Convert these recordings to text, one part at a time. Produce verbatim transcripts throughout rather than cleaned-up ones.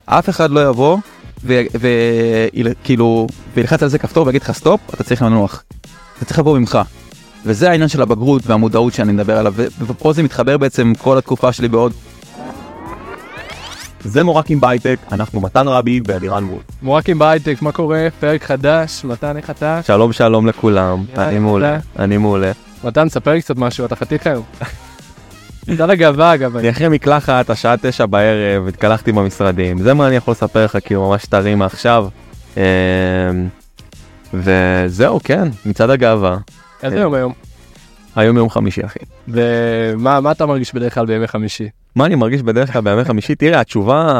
אף אחד לא יבוא וכאילו וילחץ על זה כפתור ויגיד לך סטופ, אתה צריך לנוח. זה צריך לבוא ממך. וזה העניין של הבגרות והמודעות שאני מדבר עליו, ופה זה מתחבר בעצם כל התקופה שלי בעוד. זה מורקים בהייטק, אנחנו מתן רבי ואלירן וולף. מורקים בהייטק, מה קורה? פרק חדש, מתן איך אתה? שלום שלום לכולם, אני מעולה, אני מעולה. מתן, ספר לי קצת משהו, אתה חתיך היום. תודה לגאווה אגב. אני אחרי מקלחת, השעה תשע בערב, התקלחתי במשרדים, זה מה אני יכול לספר לך, כי הוא ממש טרי מעכשיו. וזהו, כן, מצד הגאווה. איזה יום היום? היום יום חמישי, אחי. ומה מה אתה מרגיש בדרך כלל בימי חמישי? מה אני מרגיש בדרך כלל בימי חמישי? תראה, התשובה,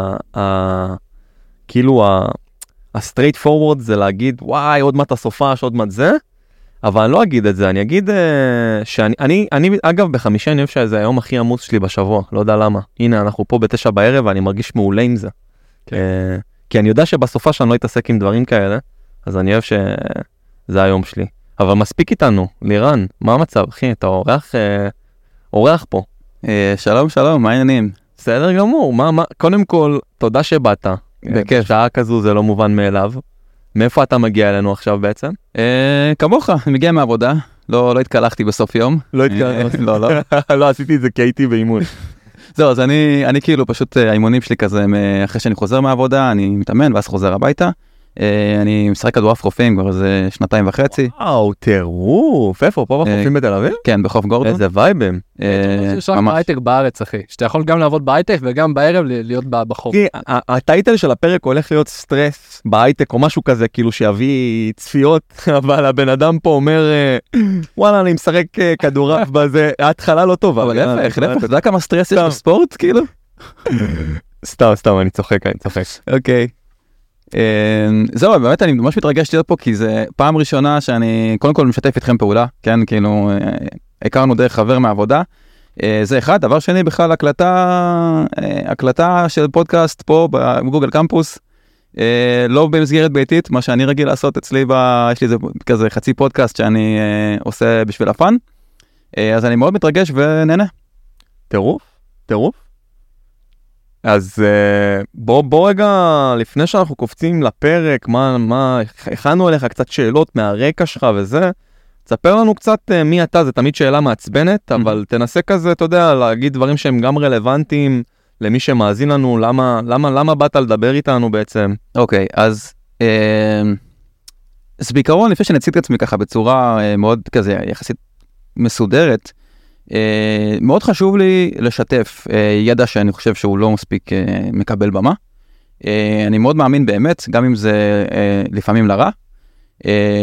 כאילו, הסטרייט פורוורד זה להגיד, וואי, עוד מעט הסופש, עוד מעט זה, אבל אני לא אגיד את זה, אני אגיד שאני, אני, אני, אגב, בחמישי אני חושב שזה היום הכי עמוס שלי בשבוע, לא יודע למה. הנה, אנחנו פה בתשע בערב, ואני מרגיש מעולה עם זה. כי אני יודע שבסופש אני לא אתעסק עם דברים כאלה, אז אני אוהב שזה היום שלי. אבל מספיק איתנו, לירן, מה המצב, אחי? אתה אורח, אורח פה. שלום, שלום, מה העניינים? בסדר גמור, מה, מה, קודם כל, תודה שבאת. בכיף. שעה כזו זה לא מובן מאליו. מאיפה אתה מגיע אלינו עכשיו בעצם? כמוך, אני מגיע מהעבודה, לא, לא התקלחתי בסוף יום. לא התקלחתי. לא, לא. לא, עשיתי את זה כי הייתי באימון. זהו, אז אני, אני כאילו פשוט, האימונים שלי כזה, אחרי שאני חוזר מהעבודה, אני מתאמן ואז חוזר הביתה. אני משחק כדורעף חופים כבר איזה שנתיים וחצי. וואו, טירוף. איפה? פה בחופים בתל אביב? כן, בחוף גורדון. איזה וייבים. יש רק בהייטק בארץ, אחי. שאתה יכול גם לעבוד בהייטק וגם בערב להיות בחוף. הטייטל של הפרק הולך להיות סטרס בהייטק או משהו כזה, כאילו שיביא צפיות, אבל הבן אדם פה אומר, וואלה, אני משחק כדורעף בזה, ההתחלה לא טובה. אבל להפך, להפך, אתה יודע כמה סטרס יש בספורט, כאילו? סתם, סתם, אני צוחק, אני צוחק. אוקיי. זהו, באמת אני ממש מתרגש להיות פה, כי זה פעם ראשונה שאני קודם כל משתף איתכם פעולה, כן, כאילו, הכרנו דרך חבר מהעבודה, זה אחד. דבר שני, בכלל הקלטה, הקלטה של פודקאסט פה בגוגל קמפוס, לא במסגרת ביתית, מה שאני רגיל לעשות אצלי, יש לי איזה כזה חצי פודקאסט שאני עושה בשביל הפן, אז אני מאוד מתרגש ונהנה. טירוף, טירוף. אז uh, בוא, בוא רגע, לפני שאנחנו קופצים לפרק, מה, מה, הכנו עליך קצת שאלות מהרקע שלך וזה, תספר לנו קצת uh, מי אתה, זה תמיד שאלה מעצבנת, אבל תנסה כזה, אתה יודע, להגיד דברים שהם גם רלוונטיים למי שמאזין לנו, למה, למה, למה באת לדבר איתנו בעצם? אוקיי, okay, אז, uh, אז בעיקרון, לפני שנציג את עצמי ככה בצורה uh, מאוד כזה יחסית מסודרת, Uh, מאוד חשוב לי לשתף uh, ידע שאני חושב שהוא לא מספיק uh, מקבל במה. Uh, אני מאוד מאמין באמת, גם אם זה uh, לפעמים לרע. Uh,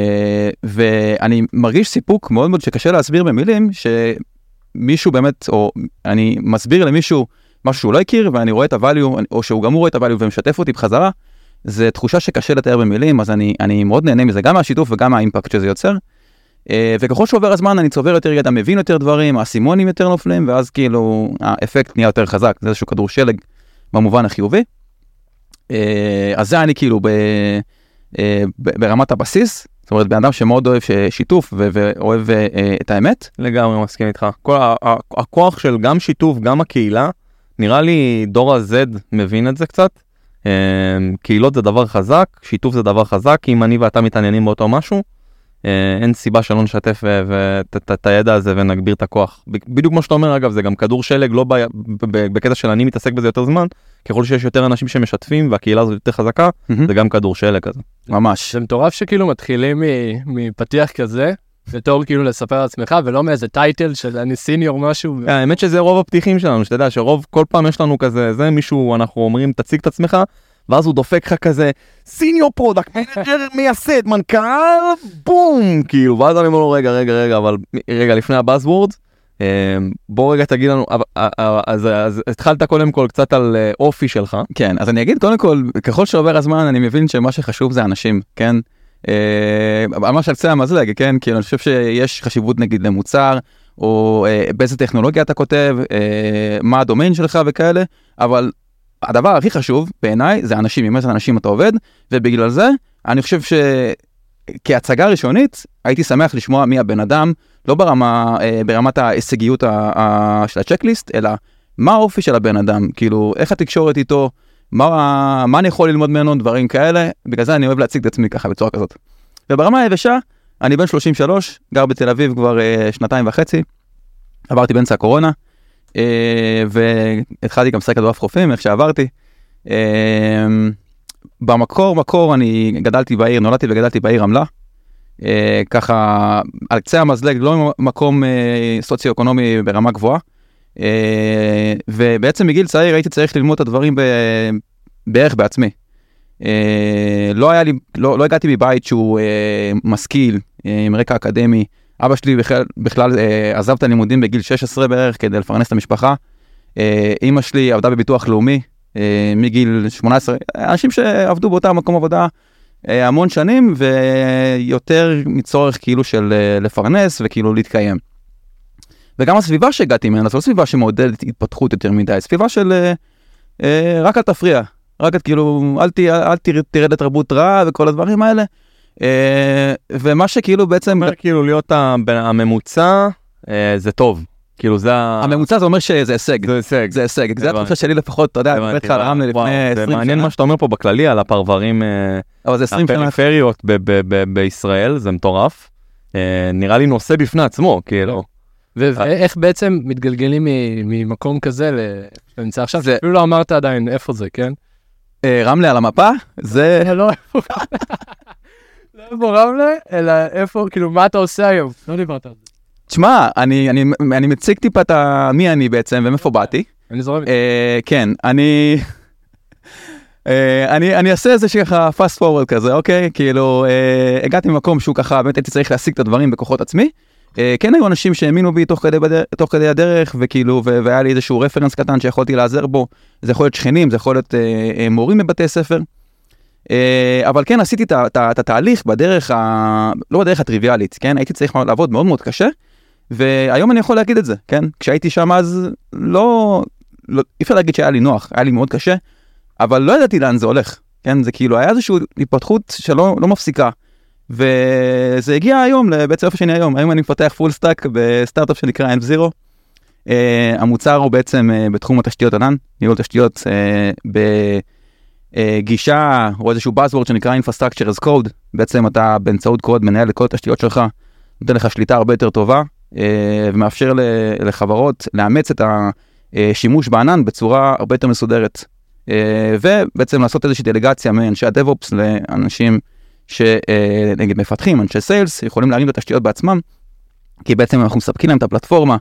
ואני מרגיש סיפוק מאוד מאוד שקשה להסביר במילים, שמישהו באמת, או אני מסביר למישהו משהו שהוא לא הכיר, ואני רואה את הvalue, או שהוא גם רואה את הvalue ומשתף אותי בחזרה, זה תחושה שקשה לתאר במילים, אז אני, אני מאוד נהנה מזה, גם מהשיתוף וגם מהאימפקט שזה יוצר. Uh, וככל שעובר הזמן אני צובר יותר ידע, מבין יותר דברים, הסימונים יותר נופלים, ואז כאילו האפקט נהיה יותר חזק, זה איזשהו כדור שלג במובן החיובי. Uh, אז זה אני כאילו ב, uh, ב, ברמת הבסיס, זאת אומרת בן אדם שמאוד אוהב שיתוף ו- ואוהב uh, את האמת. לגמרי מסכים איתך. כל ה- ה- הכוח של גם שיתוף, גם הקהילה, נראה לי דור ה-Z מבין את זה קצת. Uh, קהילות זה דבר חזק, שיתוף זה דבר חזק, אם אני ואתה מתעניינים באותו משהו, אין סיבה שלא נשתף את הידע הזה ונגביר את הכוח. בדיוק כמו שאתה אומר, אגב, זה גם כדור שלג, לא בקטע של אני מתעסק בזה יותר זמן, ככל שיש יותר אנשים שמשתפים והקהילה הזאת יותר חזקה, זה גם כדור שלג כזה. ממש. זה מטורף שכאילו מתחילים מפתיח כזה, בתור כאילו לספר על עצמך, ולא מאיזה טייטל של אני סיניור משהו. האמת שזה רוב הפתיחים שלנו, שאתה יודע שרוב, כל פעם יש לנו כזה, זה מישהו, אנחנו אומרים, תציג את עצמך, ואז הוא דופק לך כזה, סיניור פרודקט, מנג'ר, מייסד, מנכ"ל, בום, כאילו, ואז אני אומר לו, רגע, רגע, רגע, אבל רגע, לפני הבאזוורד, בוא רגע תגיד לנו, אז, אז התחלת קודם כל קצת על אופי שלך. כן, אז אני אגיד קודם כל, ככל שעובר הזמן, אני מבין שמה שחשוב זה אנשים, כן? ממש על קצה המזלג, כן? כי אני חושב שיש חשיבות נגיד למוצר, או באיזה טכנולוגיה אתה כותב, מה הדומיין שלך וכאלה, אבל הדבר הכי חשוב בעיניי זה אנשים, עם איזה אנשים אתה עובד, ובגלל זה אני חושב שכהצגה ראשונית הייתי שמח לשמוע מי הבן אדם, לא ברמה, ברמת ההישגיות של הצ'קליסט, אלא מה האופי של הבן אדם, כאילו איך התקשורת איתו, מה, מה אני יכול ללמוד ממנו, דברים כאלה, בגלל זה אני אוהב להציג את עצמי ככה בצורה כזאת. וברמה היבשה, אני בן שלושים ושלוש, גר בתל אביב כבר אה, שנתיים וחצי, עברתי באמצע הקורונה, אה, והתחלתי גם לשחק כדורעף חופים, איך שעברתי. אה, במקור, מקור, אני גדלתי בעיר, נולדתי וגדלתי בעיר רמלה, אה, ככה, על קצה המזלג, לא מקום אה, סוציו-אקונומי ברמה גבוהה, אה, ובעצם מגיל צעיר הייתי צריך ללמוד את הדברים ב, בערך בעצמי. אה, לא היה לי, לא, לא הגעתי מבית שהוא אה, משכיל, אה, עם רקע אקדמי. אבא שלי בכלל, בכלל אה, עזב את הלימודים בגיל שש עשרה בערך כדי לפרנס את המשפחה. אה, אמא שלי עבדה בביטוח לאומי אה, מגיל שמונה עשרה, אנשים שעבדו באותה מקום עבודה אה, המון שנים, ויותר מצורך כאילו של אה, לפרנס וכאילו להתקיים. וגם הסביבה שהגעתי ממנה, זו לא סביבה שמעודדת התפתחות יותר מדי, סביבה של אה, אה, רק אל תפריע, רק את כאילו, אל, ת, אל תרד, תרד לתרבות רעה וכל הדברים האלה. אה, ומה שכאילו בעצם... אומר כאילו להיות הממוצע, אה, זה טוב. כאילו זה... הממוצע זה אומר שזה הישג. זה הישג. זה הישג. זה התחושה שלי לפחות, אתה יודע, אני אומר לך על רמלה לפני עשרים שנה. זה מעניין מה שאתה אומר פה בכללי על הפרברים, הפריפריות בישראל, זה מטורף. נראה לי נושא בפני עצמו, כאילו. ואיך בעצם מתגלגלים ממקום כזה לנמצא עכשיו? אפילו לא אמרת עדיין איפה זה, כן? רמלה על המפה? זה... לא איפה רמלה, אלא איפה, כאילו, מה אתה עושה היום? לא דיברת על זה. תשמע, אני, אני, אני מציג טיפה את מי אני בעצם ומאיפה באתי. אני זורם. כן, אני... אני, אני אעשה איזה שככה fast forward כזה, אוקיי? כאילו, הגעתי ממקום שהוא ככה, באמת הייתי צריך להשיג את הדברים בכוחות עצמי. כן היו אנשים שהאמינו בי תוך כדי, תוך כדי הדרך, וכאילו, והיה לי איזשהו רפרנס קטן שיכולתי לעזר בו. זה יכול להיות שכנים, זה יכול להיות מורים בבתי ספר. אבל כן, עשיתי את התהליך בדרך, לא בדרך הטריוויאלית, כן? הייתי צריך לעבוד מאוד מאוד קשה, והיום אני יכול להגיד את זה, כן? כשהייתי שם אז לא, אי אפשר להגיד שהיה לי נוח, היה לי מאוד קשה, אבל לא ידעתי לאן זה הולך, כן? זה כאילו, היה איזושהי התפתחות שלא לא מפסיקה, וזה הגיע היום, בעצם איפה שאני היום, היום אני מפתח פול סטאק בסטארט-אפ שנקרא אנפזירו, המוצר הוא בעצם בתחום התשתיות ענן, ניהול תשתיות ב... גישה או איזשהו buzzword שנקרא Infrastructure as Code, בעצם אתה באמצעות קוד מנהל את כל התשתיות שלך, נותן לך שליטה הרבה יותר טובה, ומאפשר לחברות לאמץ את השימוש בענן בצורה הרבה יותר מסודרת, ובעצם לעשות איזושהי דלגציה מאנשי הדב-אופס לאנשים שנגיד מפתחים, אנשי סיילס, יכולים להרים את התשתיות בעצמם, כי בעצם אנחנו מספקים להם את הפלטפורמה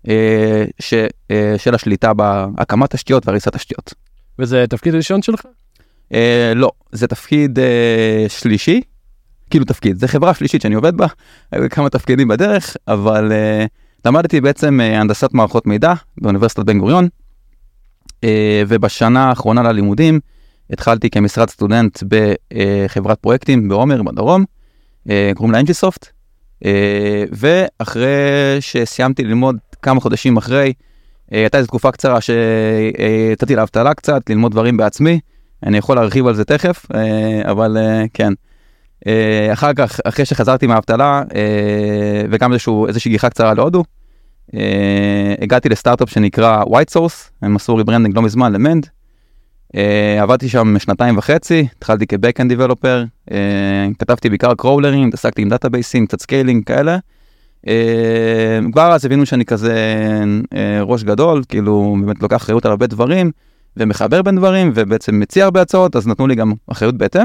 של השליטה בהקמת תשתיות והריסת תשתיות. וזה תפקיד ראשון שלך? אה, לא, זה תפקיד אה, שלישי, כאילו תפקיד, זה חברה שלישית שאני עובד בה, היו כמה תפקידים בדרך, אבל אה, למדתי בעצם אה, הנדסת מערכות מידע באוניברסיטת בן גוריון, אה, ובשנה האחרונה ללימודים התחלתי כמשרד סטודנט בחברת פרויקטים בעומר, בדרום, אה, קוראים לה אנג'יסופט, אה, ואחרי שסיימתי ללמוד כמה חודשים אחרי, הייתה איזו תקופה קצרה שהייתי לאבטלה קצת, ללמוד דברים בעצמי, אני יכול להרחיב על זה תכף, אבל כן. אחר כך, אחרי שחזרתי מהאבטלה, וגם איזושהי גיחה קצרה להודו, הגעתי לסטארט-אפ שנקרא White Source, הם עשו ריברנדינג לא מזמן למנד, עבדתי שם שנתיים וחצי, התחלתי כ-Backend Developer, כתבתי בעיקר קרולרים, התעסקתי עם דאטאבייסים, קצת סקיילינג כאלה, כבר אז הבינו שאני כזה ראש גדול, כאילו באמת לוקח אחריות על הרבה דברים, ומחבר בין דברים, ובעצם מציע הרבה הצעות, אז נתנו לי גם אחריות בהתאם.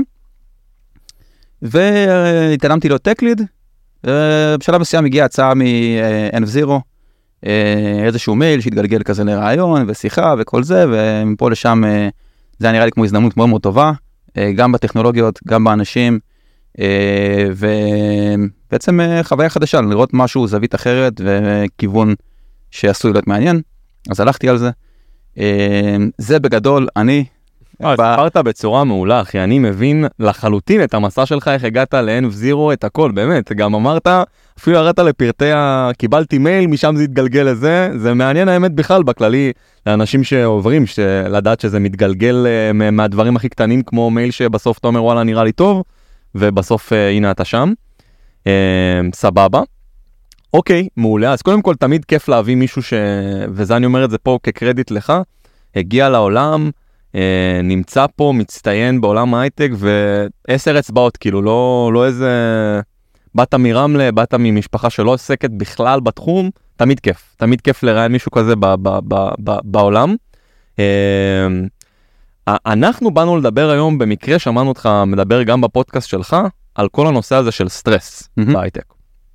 והתקדמתי לו טק ליד, בשלב מסוים הגיעה הצעה מ-אנפזירו, איזשהו מייל שהתגלגל כזה לרעיון ושיחה וכל זה, ומפה לשם זה היה נראה לי כמו הזדמנות מאוד מאוד טובה, גם בטכנולוגיות, גם באנשים, ובעצם חוויה חדשה, לראות משהו זווית אחרת וכיוון שעשוי להיות מעניין, אז הלכתי על זה. זה בגדול, אני... הספרת בצורה מעולה, אחי, אני מבין לחלוטין את המסע שלך, איך הגעת ל-אנפזירו, את הכל, באמת, גם אמרת, אפילו הראת לפרטי ה... קיבלתי מייל, משם זה התגלגל לזה, זה מעניין האמת בכלל, בכללי, לאנשים שעוברים, לדעת שזה מתגלגל מהדברים הכי קטנים, כמו מייל שבסוף אתה אומר, וואלה, נראה לי טוב, ובסוף הנה אתה שם, סבבה. אוקיי, מעולה, אז קודם כל תמיד כיף להביא מישהו ש... וזה אני אומר את זה פה כקרדיט לך, הגיע לעולם, אה, נמצא פה, מצטיין בעולם ההייטק, ועשר אצבעות, כאילו, לא, לא איזה... באת מרמלה, באת ממשפחה שלא עוסקת בכלל בתחום, תמיד כיף. תמיד כיף לראיין מישהו כזה ב- ב- ב- ב- בעולם. אה, אנחנו באנו לדבר היום, במקרה שמענו אותך מדבר גם בפודקאסט שלך, על כל הנושא הזה של סטרס mm-hmm. בהייטק.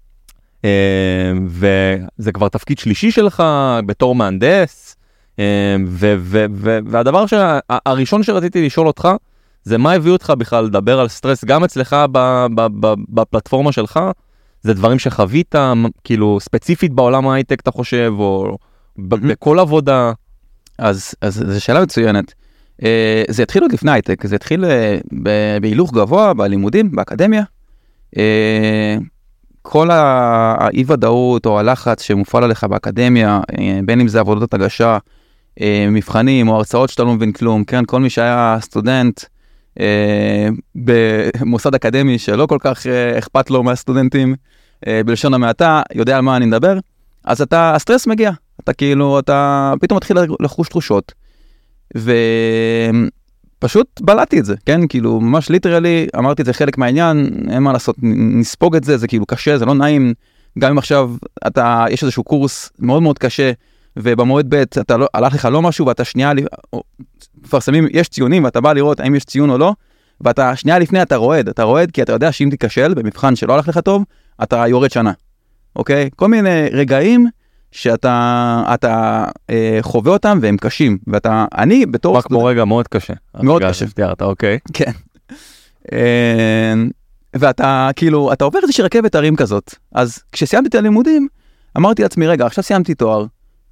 וזה כבר תפקיד שלישי שלך בתור מהנדס, ו- ו- ו- והדבר הראשון שרציתי לשאול אותך, זה מה הביא אותך בכלל לדבר על סטרס, גם אצלך ב- ב- ב- בפלטפורמה שלך, זה דברים שחווית, כאילו ספציפית בעולם ההייטק אתה חושב, או ב- mm-hmm. בכל עבודה? אז, אז זו שאלה מצוינת. Uh, זה התחיל עוד לפני הייטק, זה התחיל uh, ב- בהילוך גבוה, בלימודים, באקדמיה. Uh, כל האי-ודאות או הלחץ שמופעל עליך באקדמיה, uh, בין אם זה עבודות הגשה, uh, מבחנים או הרצאות שאתה לא מבין כלום, כן, כל מי שהיה סטודנט uh, במוסד אקדמי שלא כל כך uh, אכפת לו מהסטודנטים, uh, בלשון המעטה, יודע על מה אני מדבר, אז אתה, הסטרס מגיע, אתה כאילו, אתה פתאום מתחיל לחוש תחושות. ופשוט בלעתי את זה, כן? כאילו, ממש ליטרלי, אמרתי את זה חלק מהעניין, אין מה לעשות, נספוג את זה, זה כאילו קשה, זה לא נעים, גם אם עכשיו אתה, יש איזשהו קורס מאוד מאוד קשה, ובמועד ב' אתה לא, הלך לך לא משהו, ואתה שנייה, מפרסמים, יש ציונים, ואתה בא לראות האם יש ציון או לא, ואתה שנייה לפני אתה רועד, אתה רועד כי אתה יודע שאם תיכשל במבחן שלא הלך לך טוב, אתה יורד שנה, אוקיי? כל מיני רגעים, שאתה אתה אה, חווה אותם והם קשים, ואתה, אני בתור... רק כמו רגע מאוד קשה. מאוד קשה. תיארת, אוקיי. כן. אה, ואתה כאילו, אתה עובר איזושהי רכבת הרים כזאת, אז כשסיימתי את הלימודים, אמרתי לעצמי, רגע, עכשיו סיימתי תואר,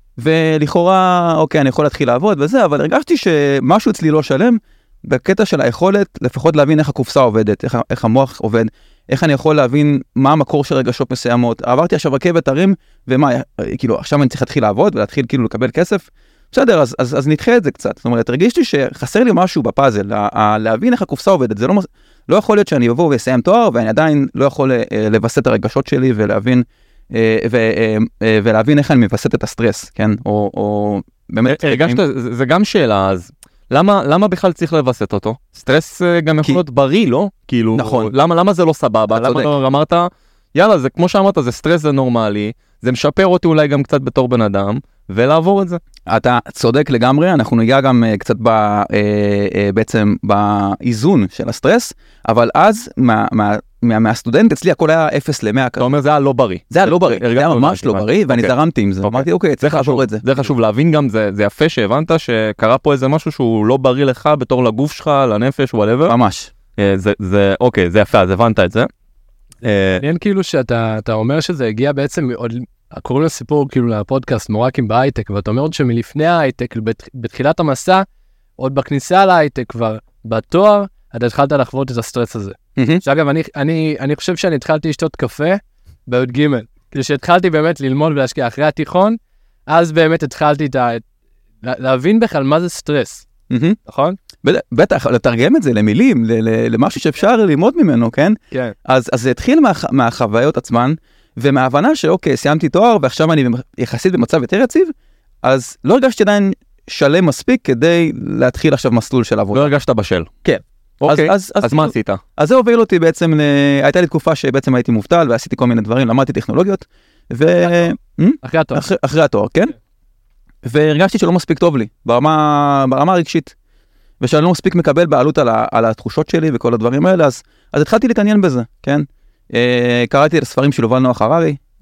ולכאורה, אוקיי, אני יכול להתחיל לעבוד וזה, אבל הרגשתי שמשהו אצלי לא שלם, בקטע של היכולת, לפחות להבין איך הקופסה עובדת, איך, איך המוח עובד, איך אני יכול להבין מה המקור של רגשות מסוימות. עברתי עכשיו רכבת הרים, ומה, כאילו, עכשיו אני צריך להתחיל לעבוד, ולהתחיל כאילו לקבל כסף. בסדר, אז, אז, אז נדחה את זה קצת. זאת אומרת, הרגישתי שחסר לי משהו בפאזל, לה, להבין איך הקופסה עובדת. זה לא, לא יכול להיות שאני אבוא ואסיים תואר, ואני עדיין לא יכול לבסט את הרגשות שלי, ולהבין, ו, ולהבין איך אני מבסט את הסטרס, כן? או, או באמת... הרגשת, זה, זה גם שאלה, אז... למה, למה בכלל צריך לבסט אותו? סטרס גם יכול להיות בריא, לא? כאילו, נכון. למה, למה זה לא סבבה? למה לא אמרת, יאללה, זה כמו שאמרת, זה סטרס, זה נורמלי, זה משפר אותי אולי גם קצת בתור בן אדם, ולעבור את זה. אתה צודק לגמרי, אנחנו ניגע גם uh, קצת ב, uh, uh, בעצם באיזון של הסטרס, אבל אז מה, מה, מה, מהסטודנט אצלי הכל היה אפס למאה. אתה אומר, זה היה לא בריא. זה היה לא בריא, זה היה ממש לא בריא, ואני זרמתי עם זה. אמרתי, אוקיי, צריך לעבור את זה. זה חשוב להבין גם, זה יפה שהבנת שקרה פה איזה משהו שהוא לא בריא לך בתור לגוף שלך, לנפש, whatever. ממש. זה, אוקיי, זה יפה, אז הבנת את זה. מעניין כאילו שאתה אומר שזה הגיע בעצם עוד... קוראים לסיפור כאילו לפודקאסט מורקים בהייטק, ואתה אומר שמלפני ההייטק, בתחילת המסע, עוד בכניסה להייטק כבר, בתואר, אתה התחלת לחוות את הסטרס הזה. שאגב, אני, אני, אני חושב שאני התחלתי לשתות קפה בי"ג. כאילו שהתחלתי באמת ללמוד ולהשקיע אחרי התיכון, אז באמת התחלתי את ה... להבין בכלל מה זה סטרס, נכון? בטח, לתרגם את זה למילים, למשהו שאפשר ללמוד ממנו, כן? כן. אז זה התחיל מהחוויות עצמן, ומההבנה שאוקיי, סיימתי תואר, ועכשיו אני יחסית במצב יותר יציב, אז לא הרגשתי עדיין שלם מספיק כדי להתחיל עכשיו מסלול של עבודה. לא הרגשת בשל. כן. אוקיי, אז, אז, אז מה עשית? אז זה הוביל אותי בעצם, ל... הייתה לי תקופה שבעצם הייתי מובטל, ועשיתי כל מיני דברים, למדתי טכנולוגיות, ו... אחרי התואר. אחרי, אחרי התואר, כן? והרגשתי שלא מספיק טוב לי, ברמה, ברמה הרגשית, ושאני לא מספיק מקבל בעלות על, ה... על התחושות שלי וכל הדברים האלה, אז, אז התחלתי להתעניין בזה, כן? Uh, קראתי את הספרים של יובל נוח הררי, uh,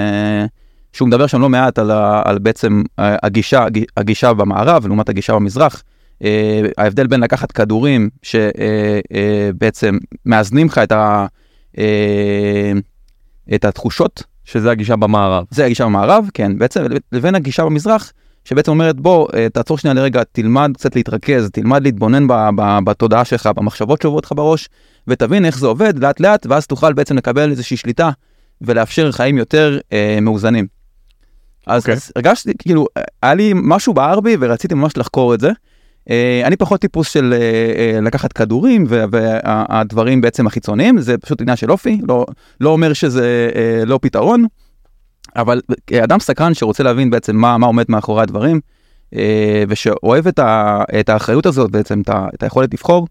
שהוא מדבר שם לא מעט על, ה, על בעצם uh, הגישה, הגישה במערב, לעומת הגישה במזרח, uh, ההבדל בין לקחת כדורים שבעצם uh, uh, מאזנים לך את, ה, uh, את התחושות. שזה הגישה במערב. זה הגישה במערב, כן, בעצם, לבין הגישה במזרח, שבעצם אומרת בוא, uh, תעצור שנייה לרגע, תלמד קצת להתרכז, תלמד להתבונן ב, ב, בתודעה שלך, במחשבות שעוברות לך בראש, ותבין איך זה עובד לאט לאט, ואז תוכל בעצם לקבל איזושהי שליטה, ולאפשר חיים יותר אה, מאוזנים. אז, okay. אז הרגשתי, כאילו, היה לי משהו בער בי, ורציתי ממש לחקור את זה. אה, אני פחות טיפוס של אה, אה, לקחת כדורים, והדברים בעצם החיצוניים, זה פשוט עניין של אופי, לא, לא אומר שזה אה, לא פתרון, אבל אדם סקרן שרוצה להבין בעצם מה, מה עומד מאחורי הדברים, ושאוהב את, ה, את האחריות הזאת, בעצם את, ה, את היכולת לבחור,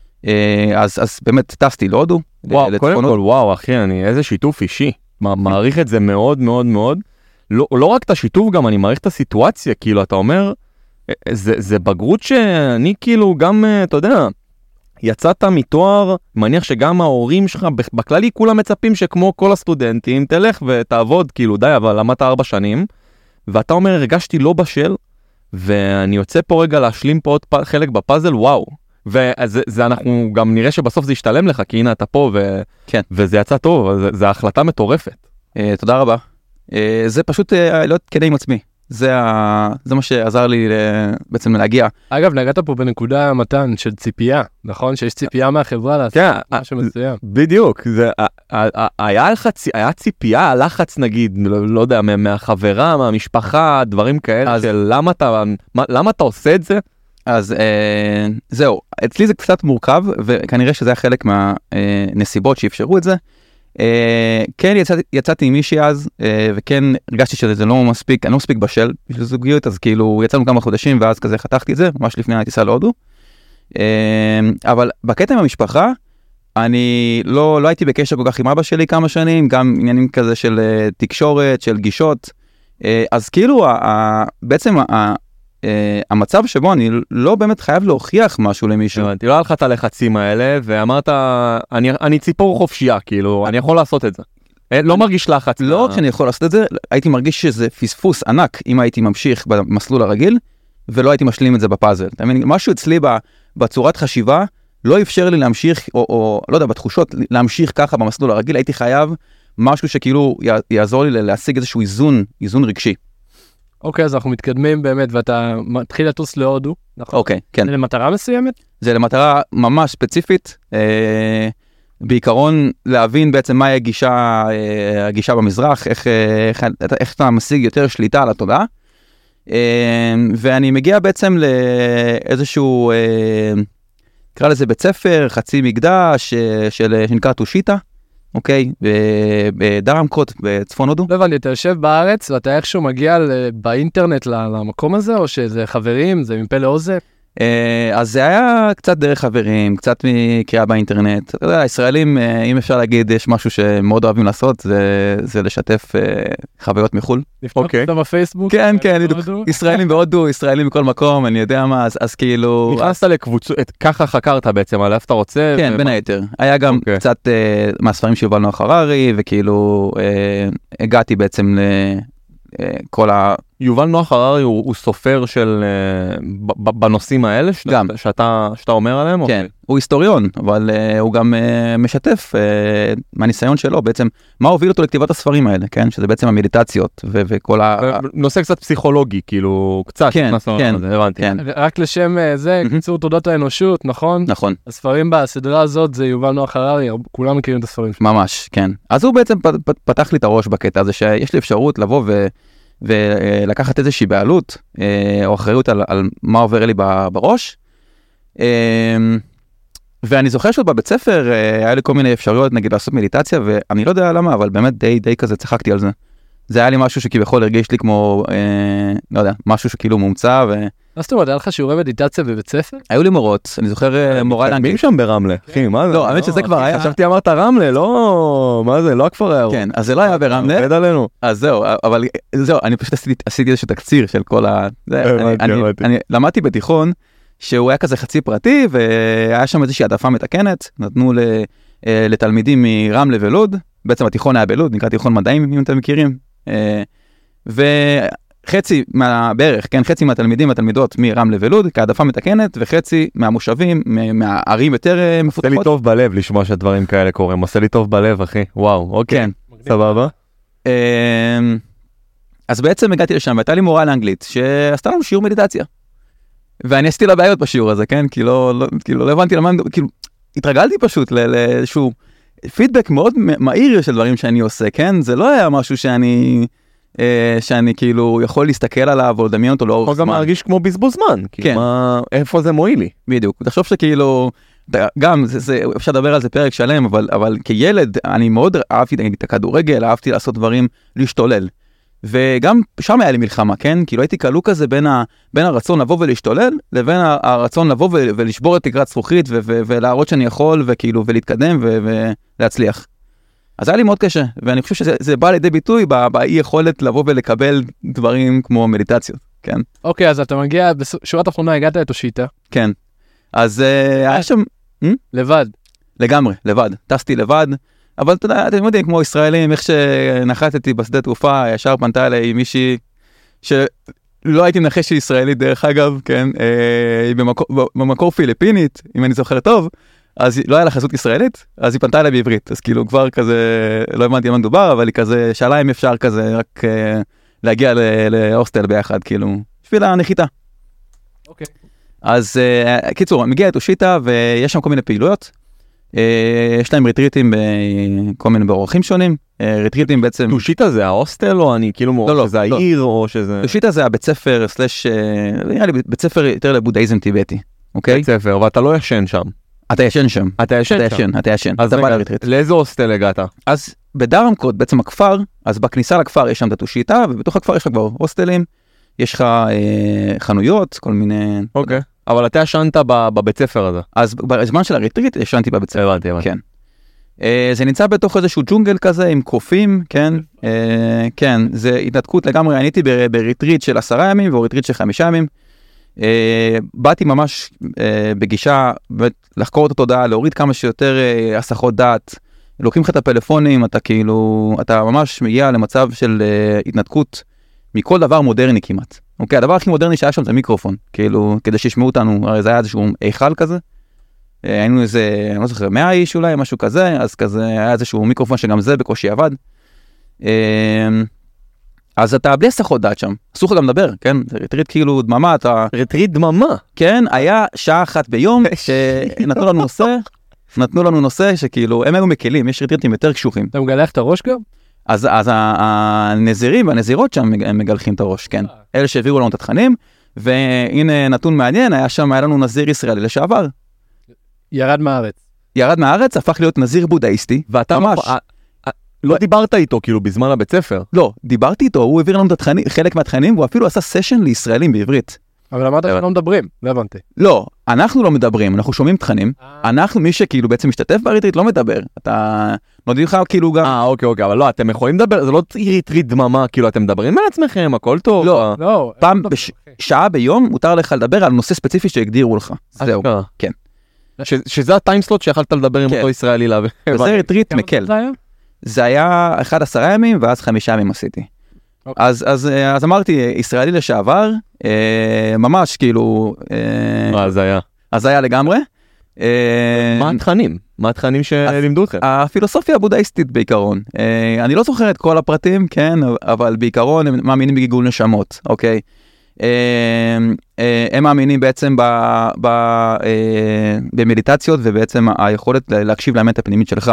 אז, אז באמת טסתי להודו. וואו, קודם כל, וואו, אחי, אני איזה שיתוף אישי. מעריך את זה מאוד מאוד מאוד. לא, לא רק את השיתוף, גם אני מעריך את הסיטואציה, כאילו, אתה אומר, זה, זה בגרות שאני כאילו גם, אתה יודע, יצאת מתואר, מניח שגם ההורים שלך, בכללי כולם מצפים שכמו כל הסטודנטים, תלך ותעבוד, כאילו, די, אבל למדת ארבע שנים, ואתה אומר, הרגשתי לא בשל, ואני יוצא פה רגע להשלים פה עוד חלק בפאזל, וואו. וזה זה אנחנו גם נראה שבסוף זה ישתלם לך, כי הנה אתה פה, ו, כן. וזה יצא טוב, זה, זה החלטה מטורפת. Uh, תודה רבה. Uh, זה פשוט uh, להיות כדי עם עצמי. זה, ה... זה מה שעזר לי בעצם להגיע. אגב, נגעת פה בנקודה מתן של ציפייה, נכון? שיש ציפייה מהחברה לעשות משהו מסוים. בדיוק, זה, היה לך, היה ציפייה, הלחץ נגיד, לא, לא יודע, מהחברה, מהמשפחה, דברים כאלה, של למה אתה, למה אתה עושה את זה? אז אה, זהו, אצלי זה קצת מורכב, וכנראה שזה היה חלק מהנסיבות שאפשרו את זה. אה, כן, יצאתי, יצאתי עם מישהי אז, אה, וכן הרגשתי שזה לא מספיק, אני לא מספיק בשל בשביל זוגיות, אז כאילו יצאנו כמה חודשים, ואז כזה חתכתי את זה, ממש לפני הטיסה להודו. אה, אבל בקטע עם המשפחה, אני לא, לא הייתי בקשר כל כך עם אבא שלי כמה שנים, גם עניינים כזה של uh, תקשורת, של גישות. Uh, אז כאילו, ה, ה, בעצם ה, ה, uh, המצב שבו אני לא באמת חייב להוכיח משהו למישהו. הבנתי, לא היה לך את הלחצים האלה, ואמרת, אני, אני ציפור חופשייה, כאילו, אני יכול לעשות את זה. לא מרגיש לחץ. לא רק שאני יכול לעשות את זה, הייתי מרגיש שזה פספוס ענק, אם הייתי ממשיך במסלול הרגיל, ולא הייתי משלים את זה בפאזל. משהו אצלי בצורת חשיבה, לא אפשר לי להמשיך, או, או לא יודע, בתחושות, להמשיך ככה במסלול הרגיל, הייתי חייב משהו שכאילו יעזור לי להשיג איזשהו איזון, איזון רגשי. אוקיי, אז אנחנו מתקדמים באמת, ואתה מתחיל לטוס להודו, נכון? אוקיי, כן. זה למטרה מסוימת? זה למטרה ממש ספציפית, אה, בעיקרון להבין בעצם מהי הגישה, אה, הגישה במזרח, איך, איך, איך אתה משיג יותר שליטה על התודעה, אה, ואני מגיע בעצם לאיזשהו... אה, נקרא לזה בית ספר, חצי מקדש, של, שנקרא טושיטה, אוקיי, בדרמקוט, בצפון הודו. לא הבנתי, אתה יושב בארץ, ואתה איכשהו מגיע באינטרנט למקום הזה, או שזה חברים, זה מפה לאוזן? אז זה היה קצת דרך חברים, קצת מקריאה באינטרנט. אתה יודע, הישראלים, אם אפשר להגיד, יש משהו שמאוד אוהבים לעשות, זה, זה לשתף חוויות מחול. לפנות אותם בפייסבוק? כן, כן, ישראלים בהודו, ישראלים בכל מקום, אני יודע מה, אז, אז כאילו... נכנסת לקבוצות, ככה חקרת בעצם, על איפה אתה רוצה? כן, בין היתר. היה גם okay. קצת uh, מהספרים שיובל נוח הררי, וכאילו uh, הגעתי בעצם לכל ה... יובל נוח הררי הוא, הוא סופר של, uh, בנושאים האלה שאת, גם. שאתה, שאתה אומר עליהם? כן, או? הוא היסטוריון, אבל uh, הוא גם uh, משתף uh, מהניסיון שלו, בעצם מה הוביל אותו לכתיבת הספרים האלה, כן? שזה בעצם המדיטציות ו- וכל ה... נושא קצת פסיכולוגי, כאילו, קצת. כן, כן, זה, הבנתי. כן. רק לשם זה, mm-hmm. קיצור תולדות האנושות, נכון? נכון. הספרים בסדרה הזאת זה יובל נוח הררי, כולם מכירים את הספרים שלו. ממש, כן. אז הוא בעצם פ- פ- פתח לי את הראש בקטע הזה, שיש לי אפשרות לבוא ו... ולקחת איזושהי בעלות או אחריות על, על מה עובר לי בראש. ואני זוכר שעוד בבית ספר היה לי כל מיני אפשרויות, נגיד לעשות מדיטציה, ואני לא יודע למה, אבל באמת די די כזה צחקתי על זה. זה היה לי משהו שכביכול הרגיש לי כמו, לא יודע, משהו שכאילו מומצא. ו... מה זאת אומרת, היה לך שיעורי מדיטציה בבית ספר? היו לי מורות, אני זוכר מורה לאנגלית. מי שם ברמלה? אחי, מה זה? לא, האמת שזה כבר היה. חשבתי אמרת רמלה, לא, מה זה, לא הכפר היה. כן, אז זה לא היה ברמלה. עובד עלינו. אז זהו, אבל זהו, אני פשוט עשיתי איזשהו תקציר של כל ה... אני למדתי בתיכון, שהוא היה כזה חצי פרטי, והיה שם איזושהי העדפה מתקנת, נתנו לתלמידים מרמלה ולוד, בעצם התיכון היה בלוד, נקרא תיכון מדעים, אם אתם מכירים. וחצי בערך, כן, חצי מהתלמידים והתלמידות מרמלה ולוד, כעדפה מתקנת, וחצי מהמושבים, מהערים יותר מפותחות. עושה לי טוב בלב לשמוע שדברים כאלה קורים, עושה לי טוב בלב, אחי, וואו, אוקיי, סבבה. אז בעצם הגעתי לשם, והייתה לי מורה לאנגלית, שעשתה לנו שיעור מדיטציה. ואני עשיתי לה בעיות בשיעור הזה, כן, כי לא, לא, כאילו, לא הבנתי למה, כאילו, התרגלתי פשוט לאיזשהו פידבק מאוד מהיר של דברים שאני עושה, כן, זה לא היה משהו שאני... שאני כאילו יכול להסתכל עליו או לדמיין אותו לאורך זמן. או גם להרגיש כמו בזבוז זמן, כן. מה, איפה זה מועיל לי? בדיוק, תחשוב שכאילו, גם זה, זה, אפשר לדבר על זה פרק שלם, אבל, אבל כילד אני מאוד אהבתי את הכדורגל, אהבתי לעשות דברים, להשתולל. וגם שם היה לי מלחמה, כן? כאילו הייתי כלוא כזה בין, ה, בין הרצון לבוא ולהשתולל, לבין הרצון לבוא ו, ולשבור את תקרת זכוכית, ו, ו, ולהראות שאני יכול, וכאילו, ולהתקדם, ו, ולהצליח. אז היה לי מאוד קשה, ואני חושב שזה בא לידי ביטוי באי יכולת לבוא ולקבל דברים כמו מדיטציות, כן? אוקיי, אז אתה מגיע, בשורת האחרונה הגעת לתושיטה. כן. אז היה שם... לבד. לגמרי, לבד. טסתי לבד, אבל אתה יודע, אתם יודעים, כמו ישראלים, איך שנחתתי בשדה תעופה, ישר פנתה אליי מישהי, שלא הייתי מנחש שהיא ישראלית דרך אגב, כן? היא במקור, במקור פיליפינית, אם אני זוכר טוב, אז לא היה לה חזות ישראלית, אז היא פנתה אליי בעברית, אז כאילו כבר כזה, לא הבנתי מה מדובר, אבל היא כזה, שאלה אם אפשר כזה, רק להגיע להוסטל ביחד, כאילו, בשביל הנחיתה. אוקיי. אז קיצור, מגיע לתושיטה, ויש שם כל מיני פעילויות, יש להם ריטריטים בכל מיני באורחים שונים, ריטריטים בעצם... תושיטה זה ההוסטל, או אני כאילו, לא, לא, שזה לא. העיר, או שזה... תושיטה זה הבית ספר, סלש, נראה לי בית ספר יותר לבודהיזם טיבטי, אוקיי? בית ספר, ואתה לא ישן שם. אתה ישן שם. אתה ישן אתה שם. ישן, אתה ישן. אז אתה בא רגע, לריטריט. לאיזה הוסטל הגעת? אז בדרמקוט, בעצם הכפר, אז בכניסה לכפר יש שם את התושיטה, ובתוך הכפר יש לך כבר הוסטלים, יש לך אה, חנויות, כל מיני... אוקיי. אבל אתה ישנת בבית ספר הזה. אז בזמן של הריטריט ישנתי בבית ספר. הבנתי, הבנתי. כן. אה, זה נמצא בתוך איזשהו ג'ונגל כזה, עם קופים, כן? אה, כן, זה התנתקות לגמרי, אני הייתי בריטריט של עשרה ימים, וריטריט של חמישה ימים. Uh, באתי ממש uh, בגישה לחקור את התודעה, להוריד כמה שיותר uh, הסחות דעת, לוקחים לך את הפלאפונים, אתה כאילו, אתה ממש מגיע למצב של uh, התנתקות מכל דבר מודרני כמעט. אוקיי, הדבר הכי מודרני שהיה שם זה מיקרופון, כאילו, כדי שישמעו אותנו, הרי זה היה איזשהו איכל כזה, uh, היינו איזה, אני לא זוכר, מאה איש אולי, משהו כזה, אז כזה היה איזשהו מיקרופון שגם זה בקושי עבד. Uh, אז אתה בלי הסחות דעת שם, אסור לך גם לדבר, כן? זה ריטריט כאילו דממה, אתה... ריטריט דממה? כן, היה שעה אחת ביום שנתנו לנו נושא, נתנו לנו נושא שכאילו, הם היו מקלים, יש ריטריטים יותר קשוחים. אתה מגלח את הראש גם? אז, אז הנזירים והנזירות שם הם מגלחים את הראש, כן. אלה שהעבירו לנו את התכנים, והנה נתון מעניין, היה שם, היה לנו נזיר ישראלי לשעבר. ירד מהארץ. ירד מהארץ, הפך להיות נזיר בודהיסטי, ואתה ממש. לא דיברת איתו כאילו בזמן הבית ספר. לא, דיברתי איתו, הוא העביר לנו את התכנים, חלק מהתכנים, והוא אפילו עשה סשן לישראלים בעברית. אבל אמרת שלא מדברים, לא הבנתי. לא, אנחנו לא מדברים, אנחנו שומעים תכנים, אנחנו, מי שכאילו בעצם משתתף בריטריט לא מדבר, אתה נודעים לך כאילו גם... אה, אוקיי, אוקיי, אבל לא, אתם יכולים לדבר, זה לא ריטריט דממה, כאילו אתם מדברים על עצמכם, הכל טוב. לא, לא. פעם, בשעה ביום מותר לך לדבר על נושא ספציפי שהגדירו לך. זהו, כן. שזה הטיימסלוט שיכלת לדבר עם אותו ישראלי להביא. וזה ריטריט מקל. זה היה אחד עשרה ימים, ואז חמישה ימים עשיתי. Okay. אז, אז, אז אמרתי, ישראלי לשעבר, אה, ממש כאילו... מה אה, זה היה? אז היה לגמרי. אה, מה התכנים? מה התכנים שלימדו אתכם? הפילוסופיה הבודהיסטית בעיקרון. אה, אני לא זוכר את כל הפרטים, כן, אבל בעיקרון הם מאמינים בגיגול נשמות, אוקיי? אה, אה, הם מאמינים בעצם ב, ב, אה, במדיטציות, ובעצם היכולת להקשיב לאמת הפנימית שלך.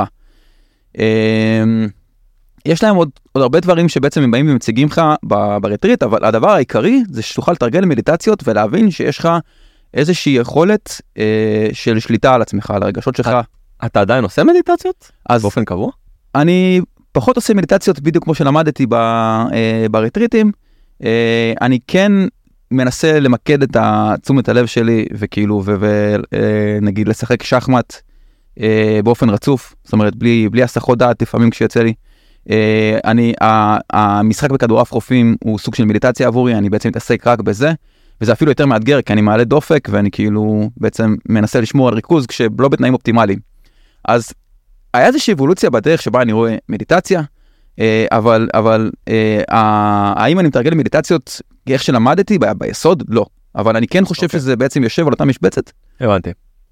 יש להם עוד, עוד הרבה דברים שבעצם הם באים ומציגים לך ברטריט, אבל הדבר העיקרי זה שתוכל לתרגל מדיטציות ולהבין שיש לך איזושהי יכולת אה, של שליטה על עצמך, על הרגשות שלך. אתה עדיין עושה מדיטציות? אז באופן קבוע? אני פחות עושה מדיטציות בדיוק כמו שלמדתי ב, אה, ברטריטים. אה, אני כן מנסה למקד את תשומת הלב שלי וכאילו, ונגיד לשחק שחמט, Uh, באופן רצוף, זאת אומרת, בלי, בלי הסחות דעת, לפעמים כשיוצא לי. Uh, אני, uh, המשחק בכדורעף חופים הוא סוג של מדיטציה עבורי, אני בעצם מתעסק רק בזה, וזה אפילו יותר מאתגר, כי אני מעלה דופק, ואני כאילו בעצם מנסה לשמור על ריכוז, כשלא בתנאים אופטימליים. אז היה איזושהי אבולוציה בדרך שבה אני רואה מדיטציה, uh, אבל, אבל uh, uh, האם אני מתרגל מדיטציות איך שלמדתי ב- ביסוד? לא. אבל אני כן חושב okay. שזה בעצם יושב על אותה משבצת. הבנתי.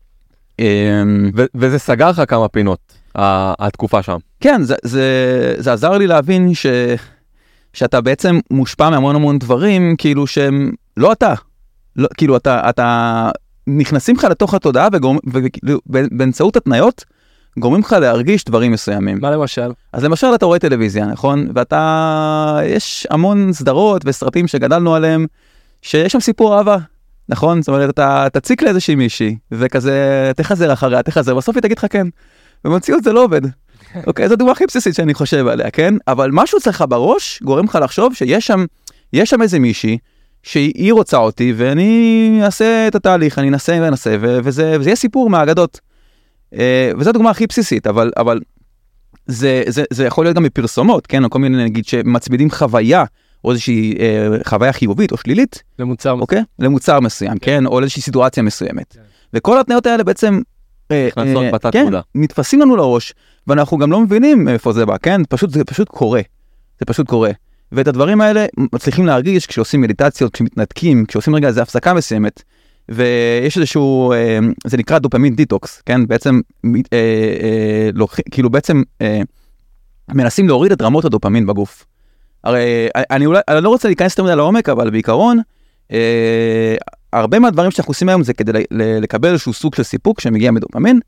וזה סגר לך כמה פינות, התקופה שם. כן, זה, זה, זה עזר לי להבין ש, שאתה בעצם מושפע מהמון המון דברים, כאילו שהם לא אתה. לא, כאילו אתה, אתה נכנסים לך לתוך התודעה, ובאמצעות התניות, גורמים לך להרגיש דברים מסוימים. מה למשל? אז למשל אתה רואה טלוויזיה, נכון? ואתה, יש המון סדרות וסרטים שגדלנו עליהם, שיש שם סיפור אהבה. נכון? זאת אומרת, אתה תציק לאיזושהי מישהי, וכזה, תחזר אחריה, תחזר, בסוף היא תגיד לך כן. במציאות זה לא עובד. אוקיי, זו הדוגמה הכי בסיסית שאני חושב עליה, כן? אבל משהו אצלך בראש גורם לך לחשוב שיש שם, יש שם איזה מישהי שהיא רוצה אותי, ואני אעשה את התהליך, אני אנסה ואנסה, וזה, וזה יהיה סיפור מהאגדות. וזו הדוגמה הכי בסיסית, אבל, אבל זה, זה, זה יכול להיות גם בפרסומות, כן? או כל מיני, נגיד, שמצמידים חוויה, או איזושהי אה, חוויה חיובית או שלילית. למוצר אוקיי? מסוים. למוצר מסוים, כן? כן? או לאיזושהי סיטואציה מסוימת. כן. וכל התניות האלה בעצם, אה, אה, כן, נתפסים לנו לראש, ואנחנו גם לא מבינים איפה זה בא, כן? פשוט, זה פשוט קורה. זה פשוט קורה. ואת הדברים האלה מצליחים להרגיש כשעושים מדיטציות, כשמתנתקים, כשעושים רגע איזו הפסקה מסוימת, ויש איזשהו, אה, זה נקרא דופמין דיטוקס, כן? בעצם, אה, אה, לא, כאילו בעצם אה, מנסים להוריד את רמות הדופמין בגוף. הרי אני, אולי, אני לא רוצה להיכנס יותר מדי לעומק, אבל בעיקרון, אה, הרבה מהדברים שאנחנו עושים היום זה כדי לקבל איזשהו סוג של סיפוק שמגיע מדופמין,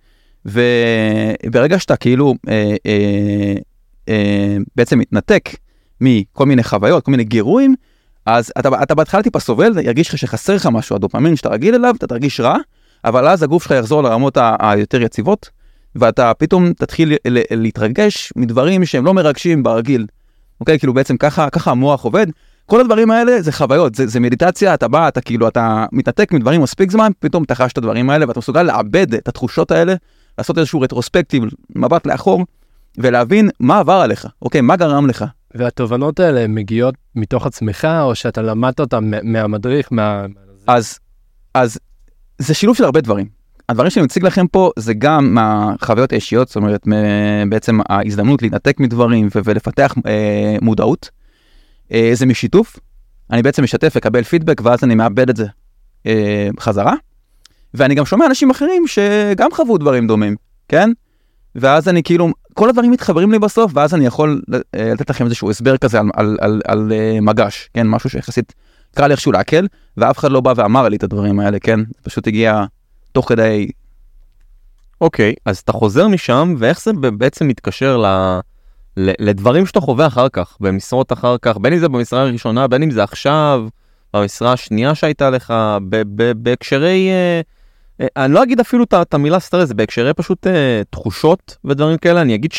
וברגע שאתה כאילו אה, אה, אה, בעצם מתנתק מכל מיני חוויות, כל מיני גירויים, אז אתה, אתה בהתחלה טיפה סובל, ירגיש לך שחסר לך משהו, הדופמין שאתה רגיל אליו, אתה תרגיש רע, אבל אז הגוף שלך יחזור לרמות ה- היותר יציבות, ואתה פתאום תתחיל ל- להתרגש מדברים שהם לא מרגשים ברגיל. אוקיי, כאילו בעצם ככה, ככה המוח עובד. כל הדברים האלה זה חוויות, זה, זה מדיטציה, אתה בא, אתה כאילו, אתה מתנתק מדברים מספיק זמן, פתאום אתה חש את הדברים האלה, ואתה מסוגל לאבד את התחושות האלה, לעשות איזשהו רטרוספקטיב, מבט לאחור, ולהבין מה עבר עליך, אוקיי, מה גרם לך. והתובנות האלה מגיעות מתוך עצמך, או שאתה למדת אותם מהמדריך, מה... אז, אז זה שילוב של הרבה דברים. הדברים שאני מציג לכם פה זה גם מהחוויות האישיות, זאת אומרת, בעצם ההזדמנות להתנתק מדברים ו- ולפתח אה, מודעות. אה, זה משיתוף. אני בעצם משתף, לקבל פידבק, ואז אני מאבד את זה אה, חזרה. ואני גם שומע אנשים אחרים שגם חוו דברים דומים, כן? ואז אני כאילו, כל הדברים מתחברים לי בסוף, ואז אני יכול לתת לכם איזשהו הסבר כזה על, על, על, על מגש, כן? משהו שיחסית קרא לי איכשהו להקל, ואף אחד לא בא ואמר לי את הדברים האלה, כן? פשוט הגיע תוך כדי... אוקיי, אז אתה חוזר משם, ואיך זה בעצם מתקשר ל... לדברים שאתה חווה אחר כך, במשרות אחר כך, בין אם זה במשרה הראשונה, בין אם זה עכשיו, במשרה השנייה שהייתה לך, בהקשרי... אני לא אגיד אפילו את המילה סטרס, בהקשרי פשוט תחושות ודברים כאלה, אני אגיד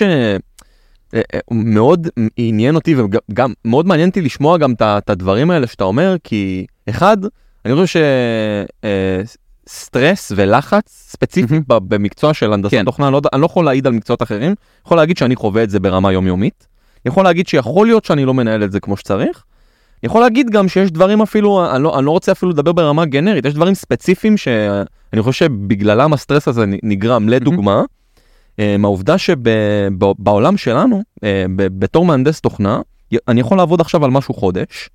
שמאוד עניין אותי, וגם מאוד מעניין אותי לשמוע גם את הדברים האלה שאתה אומר, כי אחד, אני חושב שסטרס ולחץ, ספציפית במקצוע של הנדסת תוכנה, אני לא יכול להעיד על מקצועות אחרים, יכול להגיד שאני חווה את זה ברמה יומיומית, אני יכול להגיד שיכול להיות שאני לא מנהל את זה כמו שצריך, אני יכול להגיד גם שיש דברים אפילו, אני לא, אני לא רוצה אפילו לדבר ברמה גנרית, יש דברים ספציפיים שאני חושב שבגללם הסטרס הזה נגרם, לדוגמה, mm-hmm. מהעובדה שבעולם שלנו, בתור מהנדס תוכנה, אני יכול לעבוד עכשיו על משהו חודש,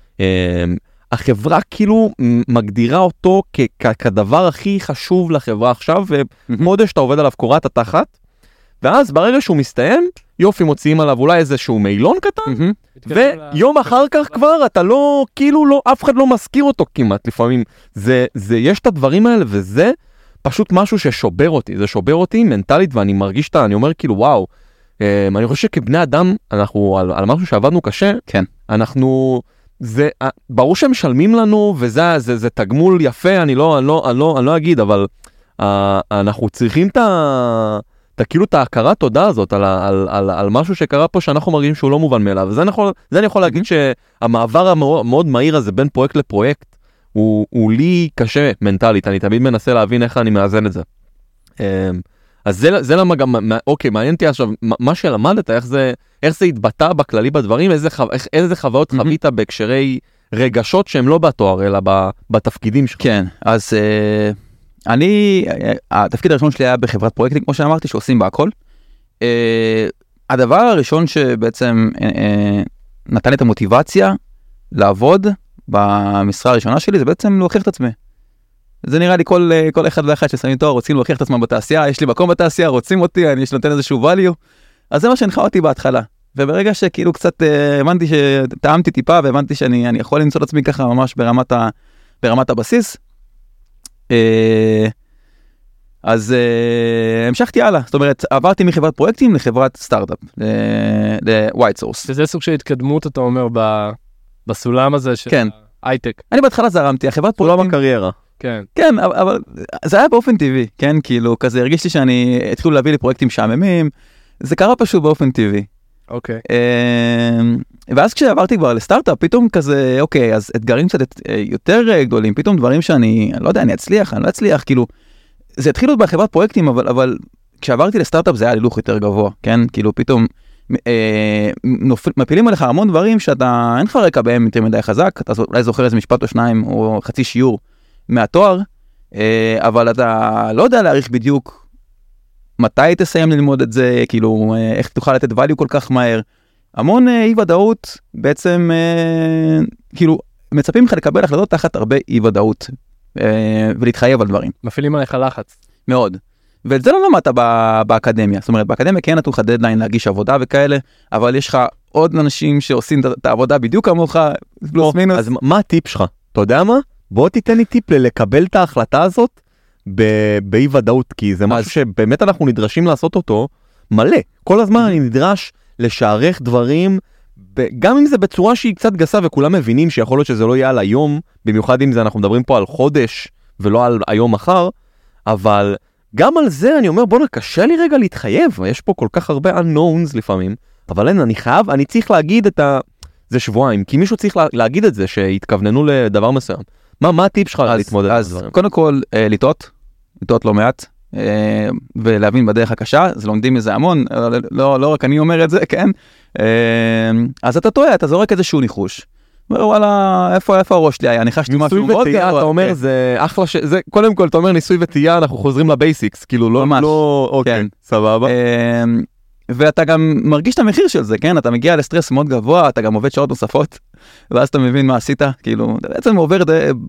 החברה כאילו מגדירה אותו כ- כדבר הכי חשוב לחברה עכשיו, וחודש אתה עובד עליו קורת התחת, ואז ברגע שהוא מסתיים, יופי מוציאים עליו אולי איזשהו מיילון קטן, ויום אחר כך כבר אתה לא, כאילו לא, אף אחד לא מזכיר אותו כמעט לפעמים. זה, זה, יש את הדברים האלה, וזה פשוט משהו ששובר אותי, זה שובר אותי מנטלית, ואני מרגיש את, אני אומר כאילו וואו, אני חושב שכבני אדם, אנחנו על, על משהו שעבדנו קשה, כן. אנחנו... זה, ברור שהם משלמים לנו, וזה זה, זה תגמול יפה, אני לא, אני לא, אני לא, אני לא אגיד, אבל uh, אנחנו צריכים את ה... את כאילו את ההכרת תודה הזאת על, על, על, על משהו שקרה פה שאנחנו מרגישים שהוא לא מובן מאליו. וזה אני יכול, זה אני יכול להגיד שהמעבר המאוד מאוד מהיר הזה בין פרויקט לפרויקט, הוא, הוא לי קשה מנטלית, אני תמיד מנסה להבין איך אני מאזן את זה. אז זה, זה למה גם, אוקיי, מעניין אותי עכשיו, מה שלמדת, איך זה, איך זה התבטא בכללי בדברים, איזה, חו, איזה חוויות mm-hmm. חווית בהקשרי רגשות שהם לא בתואר, אלא בתפקידים שלך. כן, אז uh, אני, התפקיד הראשון שלי היה בחברת פרויקטים, כמו שאמרתי, שעושים בה הכל. Uh, הדבר הראשון שבעצם uh, נתן לי את המוטיבציה לעבוד במשרה הראשונה שלי, זה בעצם להוכיח את עצמי. זה נראה לי כל, כל אחד ואחד ששמים תואר, רוצים להוכיח את עצמם בתעשייה, יש לי מקום בתעשייה, רוצים אותי, אני נותן איזשהו value, אז זה מה שהנחה אותי בהתחלה. וברגע שכאילו קצת אה, הבנתי שטעמתי טיפה, והבנתי שאני אני יכול למצוא את עצמי ככה ממש ברמת, ה, ברמת הבסיס, אה, אז אה, המשכתי הלאה. זאת אומרת, עברתי מחברת פרויקטים לחברת סטארט-אפ, ל-White Source. וזה סוג של התקדמות, אתה אומר, ב, בסולם הזה של כן. הייטק. אני בהתחלה זרמתי, החברת פרויקטים... סולם הקריירה. כן. כן, אבל זה היה באופן טבעי, כן? כאילו, כזה הרגיש לי שאני, התחילו להביא לי פרויקטים שעממים, זה קרה פשוט באופן טבעי. אוקיי. ואז כשעברתי כבר לסטארט-אפ, פתאום כזה, אוקיי, אז אתגרים קצת יותר גדולים, פתאום דברים שאני, לא יודע, אני אצליח, אני לא אצליח, כאילו, זה התחיל עוד בחברת פרויקטים, אבל, אבל כשעברתי לסטארט-אפ זה היה הילוך יותר גבוה, כן? כאילו, פתאום אה, נופל, מפילים עליך המון דברים שאתה, אין לך רקע בהם יותר מדי חזק, אתה אולי זוכר איזה משפט או שניים, או חצי שיעור מהתואר, אה, אבל אתה לא יודע להעריך בדיוק מתי תסיים ללמוד את זה, כאילו, אה, איך תוכל לתת value כל כך מהר. המון אי ודאות בעצם, אה, כאילו, מצפים לך לקבל החלטות תחת הרבה אי ודאות, אה, ולהתחייב על דברים. מפעילים עליך לחץ. מאוד. ואת זה לא למדת באקדמיה. זאת אומרת, באקדמיה כן נתנו לך דדליין להגיש עבודה וכאלה, אבל יש לך עוד אנשים שעושים את העבודה בדיוק כמוך, פלוס מינוס. אז מה הטיפ שלך? אתה יודע מה? בוא תיתן לי טיפ לקבל את ההחלטה הזאת באי ודאות, כי זה משהו שבאמת אנחנו נדרשים לעשות אותו מלא. כל הזמן אני נדרש לשערך דברים, גם אם זה בצורה שהיא קצת גסה וכולם מבינים שיכול להיות שזה לא יהיה על היום, במיוחד אם זה אנחנו מדברים פה על חודש ולא על היום מחר, אבל גם על זה אני אומר בוא נקשה לי רגע להתחייב, יש פה כל כך הרבה unknowns לפעמים, אבל אין, אני חייב, אני צריך להגיד את ה... זה שבועיים, כי מישהו צריך לה, להגיד את זה שהתכווננו לדבר מסוים. מה, מה הטיפ שלך להתמודד? אז קודם כל, אה, לטעות, לטעות לא מעט, אה, ולהבין בדרך הקשה, אז לומדים מזה המון, לא, לא, לא רק אני אומר את זה, כן? אה, אז אתה טועה, אתה זורק איזשהו ניחוש. וואלה, איפה, איפה הראש לי היה? ניחשתי משהו מאוד גרוע. אתה אומר, זה אחלה ש... זה, קודם כל, אתה אומר ניסוי וטעייה, אנחנו חוזרים לבייסיקס, כאילו, לא... ממש. לא... אוקיי, כן. סבבה. ואתה גם מרגיש את המחיר של זה, כן? אתה מגיע לסטרס מאוד גבוה, אתה גם עובד שעות נוספות, ואז אתה מבין מה עשית, כאילו, אתה בעצם עובר,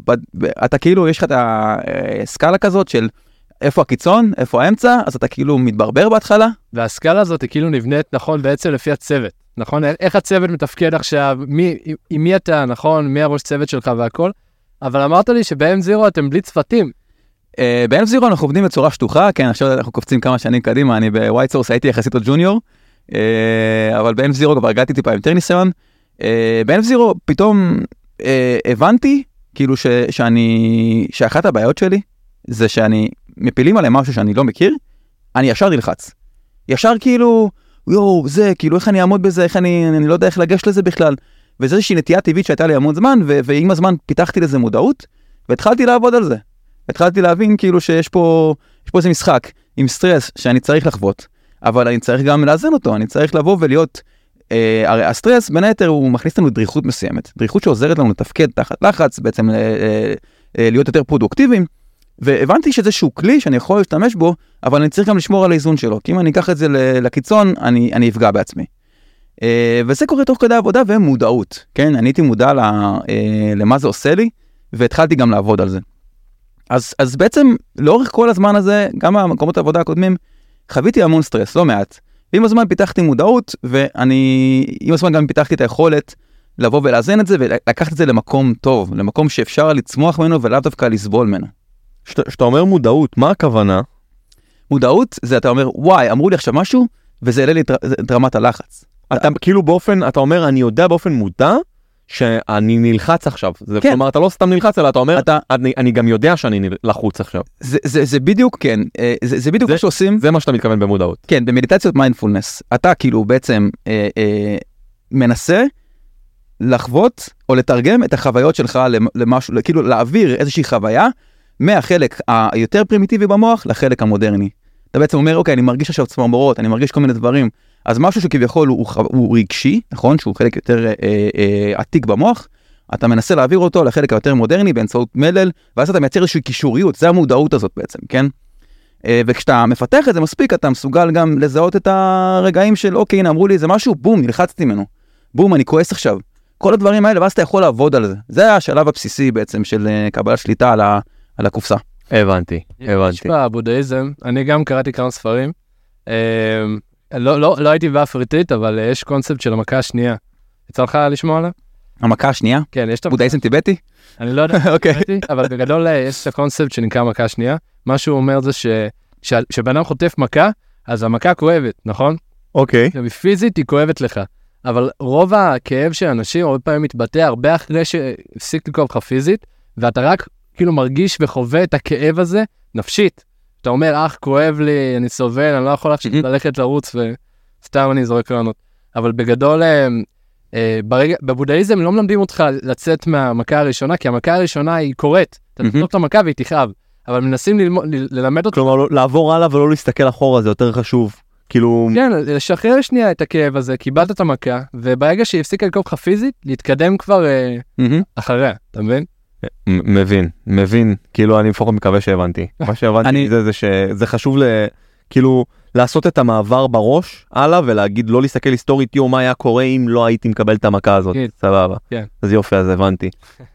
אתה כאילו, יש לך את הסקאלה כזאת של איפה הקיצון, איפה האמצע, אז אתה כאילו מתברבר בהתחלה. והסקאלה הזאת היא כאילו נבנית, נכון, בעצם לפי הצוות, נכון? איך הצוות מתפקד עכשיו, מי, עם מי אתה, נכון? מי הראש צוות שלך והכל, אבל אמרת לי שב-אם זירו אתם בלי צוותים. Uh, ב-אם זירו אנחנו עובדים בצורה שטוחה, כן, עכשיו אנחנו קופצים כמה שנים קדימה, אני בווייט סורס הייתי יחסית עוד ג'וניור, uh, אבל ב-אם זירו כבר הגעתי טיפה יותר ניסיון. uh, ב-אם זירו פתאום uh, הבנתי, כאילו ש, שאני, שאחת הבעיות שלי, זה שאני מפילים עליהם משהו שאני לא מכיר, אני ישר נלחץ. ישר כאילו, יואו, זה, כאילו איך אני אעמוד בזה, איך אני, אני לא יודע איך לגש לזה בכלל, וזה איזושהי נטייה טבעית שהייתה לי המון זמן, ו- ועם הזמן פיתחתי לזה מודעות, והתחלתי לעבוד על זה. התחלתי להבין כאילו שיש פה, יש פה איזה משחק עם סטרס שאני צריך לחוות, אבל אני צריך גם לאזן אותו, אני צריך לבוא ולהיות, אה, הרי הסטרס בין היתר הוא מכניס לנו דריכות מסוימת, דריכות שעוזרת לנו לתפקד תחת לחץ, בעצם אה, אה, להיות יותר פרודוקטיביים, והבנתי שזה שהוא כלי שאני יכול להשתמש בו, אבל אני צריך גם לשמור על האיזון שלו, כי אם אני אקח את זה לקיצון, אני, אני אפגע בעצמי. אה, וזה קורה תוך כדי עבודה ומודעות, כן? אני הייתי מודע ל, אה, למה זה עושה לי, והתחלתי גם לעבוד על זה. אז, אז בעצם לאורך כל הזמן הזה, גם במקומות העבודה הקודמים, חוויתי המון סטרס, לא מעט. ועם הזמן פיתחתי מודעות, ואני, עם הזמן גם פיתחתי את היכולת לבוא ולאזן את זה, ולקחת את זה למקום טוב, למקום שאפשר לצמוח ממנו, ולאו דווקא לסבול ממנו. שאתה אומר מודעות, מה הכוונה? מודעות זה אתה אומר, וואי, אמרו לי עכשיו משהו, וזה העלה לי את רמת הלחץ. אתה כאילו באופן, אתה אומר, אני יודע באופן מודע, שאני נלחץ עכשיו. זה, כן. כלומר, אתה לא סתם נלחץ, אלא אתה אומר, אתה... אני, אני גם יודע שאני לחוץ עכשיו. זה, זה, זה בדיוק, כן. זה, זה בדיוק זה, מה שעושים. זה מה שאתה מתכוון במודעות. כן, במדיטציות מיינדפולנס. אתה כאילו בעצם אה, אה, מנסה לחוות או לתרגם את החוויות שלך למשהו, כאילו להעביר איזושהי חוויה מהחלק היותר פרימיטיבי במוח לחלק המודרני. אתה בעצם אומר, אוקיי, אני מרגיש עכשיו צמרמורות, אני מרגיש כל מיני דברים. אז משהו שכביכול הוא, הוא רגשי, נכון? שהוא חלק יותר אה, אה, עתיק במוח, אתה מנסה להעביר אותו לחלק היותר מודרני באמצעות מלל, ואז אתה מייצר איזושהי קישוריות, זה המודעות הזאת בעצם, כן? אה, וכשאתה מפתח את זה מספיק, אתה מסוגל גם לזהות את הרגעים של, אוקיי, הנה, אמרו לי איזה משהו, בום, נלחצתי ממנו. בום, אני כועס עכשיו. כל הדברים האלה, ואז אתה יכול לעבוד על זה. זה השלב הבסיסי בעצם של uh, קבלת שליטה על, ה, על הקופסה. הבנתי, הבנתי. יש בבודהיזם, אני גם קראתי כמה ספרים, אה, לא, לא, לא הייתי באף ריטריט, אבל יש קונספט של המכה השנייה. יצא לך לשמוע עליו? המכה השנייה? כן, יש את בודהיזם טיבטי? אני לא יודע, אוקיי. אבל בגדול יש את הקונספט שנקרא המכה השנייה. מה שהוא אומר זה שבן אדם חוטף מכה, אז המכה כואבת, נכון? אוקיי. פיזית היא כואבת לך, אבל רוב הכאב של אנשים הרבה פעמים מתבטא הרבה אחרי שהפסיק לכאוב לך פיזית, ואתה רק כאילו מרגיש וחווה את הכאב הזה נפשית. אתה אומר, אך, כואב לי, אני סובל, אני לא יכול ללכת לרוץ, סתם אני זורק רעיונות. אבל בגדול, ברגע, בבודהיזם לא מלמדים אותך לצאת מהמכה הראשונה, כי המכה הראשונה היא קורית. אתה תכתוב את המכה והיא תכאב. אבל מנסים ללמד אותך. כלומר, לעבור הלאה ולא להסתכל אחורה, זה יותר חשוב. כאילו... כן, לשחרר שנייה את הכאב הזה, קיבלת את המכה, וברגע שהיא הפסיקה לקרוא לך פיזית, להתקדם כבר אחריה, אתה מבין? מבין, מבין. כאילו, אני לפחות מקווה שהבנתי. מה שהבנתי זה שזה חשוב כאילו לעשות את המעבר בראש הלאה, ולהגיד לא להסתכל היסטורית, יו, מה היה קורה אם לא הייתי מקבל את המכה הזאת. סבבה. אז יופי, אז הבנתי.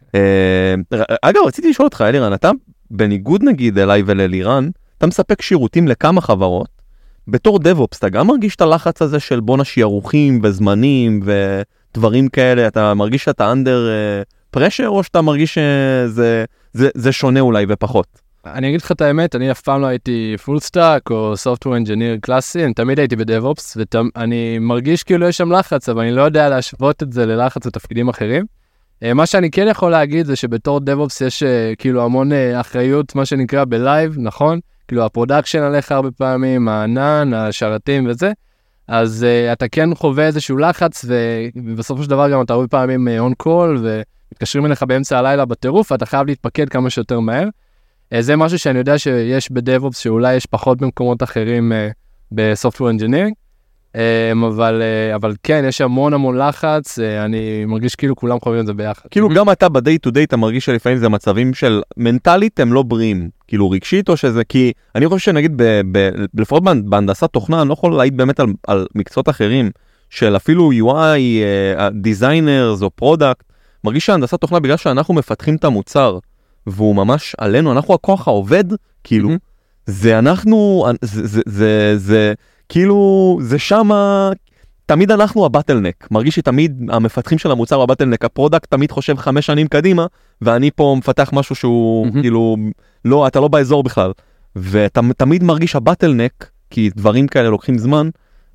אגב, רציתי לשאול אותך, אלירן, אתה בניגוד נגיד אליי ולאלירן, אתה מספק שירותים לכמה חברות, בתור דב-אופס, אתה גם מרגיש את הלחץ הזה של בוא נשי ערוכים וזמנים ודברים כאלה, אתה מרגיש שאתה אנדר פרשר, או שאתה מרגיש שזה זה, זה שונה אולי ופחות? אני אגיד לך את האמת, אני אף פעם לא הייתי פול סטאק או סופטוור אנג'יניר קלאסי, אני תמיד הייתי בדב-אופס, ואני מרגיש כאילו יש שם לחץ, אבל אני לא יודע להשוות את זה ללחץ ותפקידים אחרים. מה שאני כן יכול להגיד זה שבתור דב-אופס יש כאילו המון אחריות, מה שנקרא בלייב, נכון? כאילו הפרודקשן עליך הרבה פעמים, הענן, השרתים וזה, אז uh, אתה כן חווה איזשהו לחץ, ובסופו של דבר גם אתה הרבה פעמים און קול, ומתקשרים אליך באמצע הלילה בטירוף, ואתה חייב להתפקד כמה שיותר מהר. Uh, זה משהו שאני יודע שיש בדב-אופס, שאולי יש פחות במקומות אחרים uh, בסופטוור אנג'ינירינג, Um, אבל, uh, אבל כן, יש המון המון לחץ, uh, אני מרגיש כאילו כולם חווים את זה ביחד. כאילו גם אתה ב-day to day, אתה מרגיש שלפעמים זה מצבים של מנטלית הם לא בריאים, כאילו רגשית או שזה, כי אני חושב שנגיד, ב- ב- לפחות בהנדסת תוכנה, אני לא יכול להעיד באמת על, על מקצועות אחרים, של אפילו יו איי, דיזיינרס או פרודקט, מרגיש שהנדסת תוכנה בגלל שאנחנו מפתחים את המוצר, והוא ממש עלינו, אנחנו הכוח העובד, כאילו, זה אנחנו, זה, זה, זה, זה כאילו, זה שמה, תמיד אנחנו הבטלנק, מרגיש שתמיד המפתחים של המוצר הבטלנק, הפרודקט תמיד חושב חמש שנים קדימה, ואני פה מפתח משהו שהוא, mm-hmm. כאילו, לא, אתה לא באזור בכלל, ואתה תמיד מרגיש הבטלנק, כי דברים כאלה לוקחים זמן,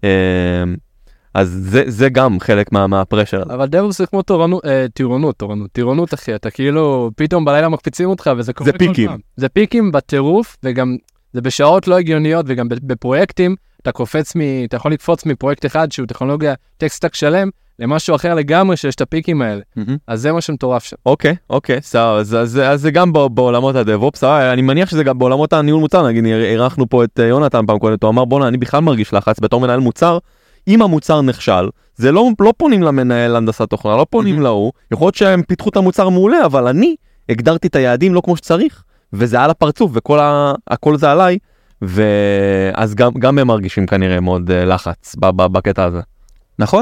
אז זה, זה גם חלק מה, מהפרשר. אבל דב-אופס זה כמו תורנות, אה, טירונות, תורנות, טירונות אחי, אתה כאילו, פתאום בלילה מקפיצים אותך, וזה קורה כל פעם. זה פיקים בטירוף, וגם זה בשעות לא הגיוניות, וגם בפרויקטים, אתה קופץ מ... אתה יכול לקפוץ מפרויקט אחד שהוא טכנולוגיה טקסט-טק שלם, למשהו אחר לגמרי שיש את הפיקים האלה. Mm-hmm. אז זה מה שמטורף שם. אוקיי, אוקיי, סבבה. אז, אז, אז זה גם בעולמות הדב-אופס, אני מניח שזה גם בעולמות הניהול מוצר, נגיד, אירחנו פה את יונתן פעם קודם, הוא אמר, בונה, אני בכלל מרגיש לחץ בתור מנהל מוצר, אם המוצר נכשל, זה לא, לא פונים למנהל הנדסת תוכנה, לא פונים mm-hmm. להוא, יכול להיות שהם פיתחו את המוצר מעולה, אבל אני הגדרתי את היעדים לא כמו שצריך, וזה על הפרצוף, וכל ה... הכל זה עליי, ואז גם, גם הם מרגישים כנראה מאוד לחץ בקטע הזה. נכון.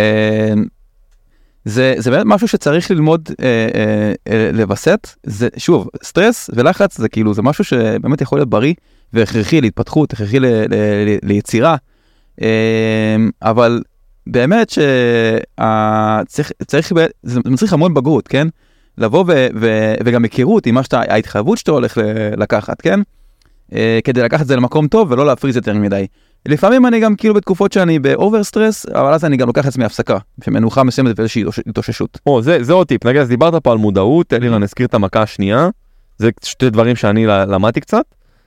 זה, זה באמת משהו שצריך ללמוד לבסט. זה, שוב, סטרס ולחץ זה כאילו, זה משהו שבאמת יכול להיות בריא והכרחי להתפתחות, הכרחי ל, ל, ל, ליצירה. אבל באמת שצריך, צריך, זה מצריך המון בגרות, כן? לבוא ו, ו, וגם הכירות עם מה שאתה, ההתחייבות שאתה הולך לקחת, כן? כדי לקחת את זה למקום טוב ולא להפריז יותר מדי. לפעמים אני גם כאילו בתקופות שאני באובר סטרס, אבל אז אני גם לוקח עצמי הפסקה, שמנוחה מסוימת ואיזושהי התאוששות. או, זה, זה עוד טיפ. נגיד, אז דיברת פה על מודעות, אלירן הזכיר את המכה השנייה, זה שתי דברים שאני למדתי קצת.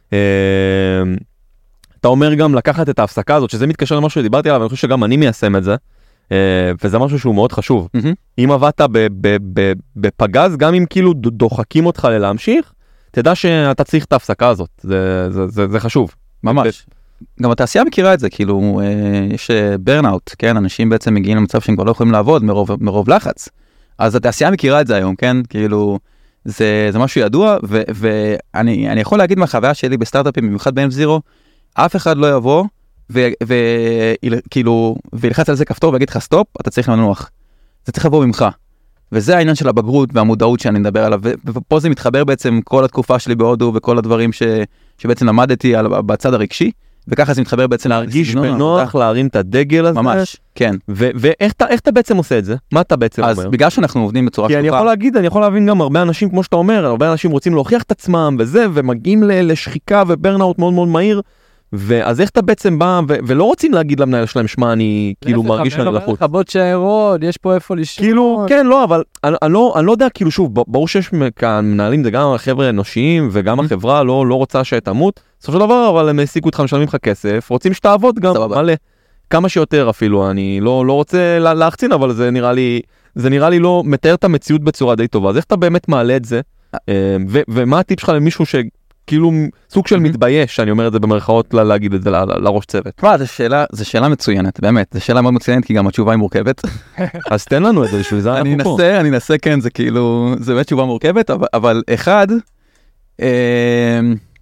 אתה אומר גם לקחת את ההפסקה הזאת, שזה מתקשר למשהו שדיברתי עליו, ואני חושב שגם אני מיישם את זה, וזה משהו שהוא מאוד חשוב. אם עבדת בפגז, גם אם כאילו דוחקים אותך ללהמשיך, תדע שאתה צריך את ההפסקה הזאת, זה, זה, זה, זה חשוב. ממש. גם התעשייה מכירה את זה, כאילו, יש ברנאוט, כן? אנשים בעצם מגיעים למצב שהם כבר לא יכולים לעבוד מרוב, מרוב לחץ. אז התעשייה מכירה את זה היום, כן? כאילו, זה, זה משהו ידוע, ו, ואני, אני יכול להגיד מהחוויה שלי בסטארט-אפים, במיוחד ב-N F Zero, אף אחד לא יבוא, וכאילו, וילחץ על זה כפתור ויגיד לך סטופ, אתה צריך לנוח. זה צריך לבוא ממך. וזה העניין של הבגרות והמודעות שאני מדבר עליו, ופה זה מתחבר בעצם כל התקופה שלי בהודו וכל הדברים ש... שבעצם למדתי על... בצד הרגשי, וככה זה מתחבר בעצם להרגיש בנוח, להרים את הדגל הזה. ממש, כן. ו... ואיך אתה, איך אתה בעצם עושה את זה? מה אתה בעצם אז אומר? בגלל שאנחנו עובדים בצורה כי שטוחה... אני יכול להגיד, אני יכול להבין גם הרבה אנשים, כמו שאתה אומר, הרבה אנשים רוצים להוכיח את עצמם וזה, ומגיעים לשחיקה וברנאוט מאוד מאוד מהיר, ואז איך אתה בעצם בא, ו- ולא רוצים להגיד למנהל שלהם, שמה אני כאילו מרגיש שאני לחוץ. חבות שערוד, יש פה איפה לשמור. כאילו, כן, לא, אבל אני, אני, לא, אני לא יודע, כאילו שוב, ברור שיש כאן מנהלים, זה גם החבר'ה אנושיים, וגם החברה לא, לא רוצה שתמות, בסופו של דבר, אבל הם העסיקו אותך, משלמים לך כסף, רוצים שתעבוד גם, מלא. כמה שיותר אפילו, אני לא, לא רוצה לה, להחצין, אבל זה נראה לי, זה נראה לי לא מתאר את המציאות בצורה די טובה. אז איך אתה באמת מעלה את זה? ו, ומה הטיפ שלך למישהו שכאילו סוג של מתבייש, אני אומר את זה במרכאות, להגיד את זה ל, ל, לראש צוות? תשמע, זו שאלה, זו שאלה מצוינת, באמת, זו שאלה מאוד מצוינת, כי גם התשובה היא מורכבת. אז תן לנו את זה, בשביל זה אני אנחנו פה. אנסה, אני אנסה, כן, זה כאילו, זה באמת תשובה מורכבת, אבל, אבל אחד, אה,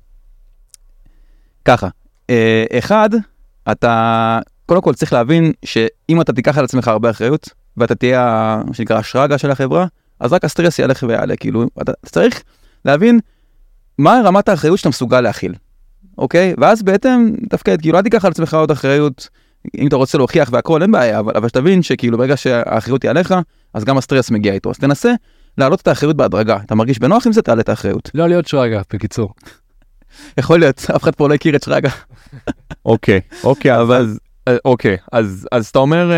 ככה, אה, אחד, אתה, קודם כל צריך להבין שאם אתה תיקח על עצמך הרבה אחריות, ואתה תהיה, מה שנקרא, השרגה של החברה, אז רק הסטרס ילך ויעלה, כאילו, אתה צריך להבין מה רמת האחריות שאתה מסוגל להכיל, אוקיי? ואז בעצם תפקד, כאילו, אל תיקח על עצמך עוד אחריות, אם אתה רוצה להוכיח והכל, אין בעיה, אבל, אבל שתבין שכאילו ברגע שהאחריות היא עליך, אז גם הסטרס מגיע איתו. אז תנסה להעלות את האחריות בהדרגה. אתה מרגיש בנוח עם זה, תעלה את האחריות. לא להיות שרגע, בקיצור. יכול להיות, אף אחד פה לא הכיר את שרגע. אוקיי, אוקיי, אז, אוקיי, אז, אז אתה אומר,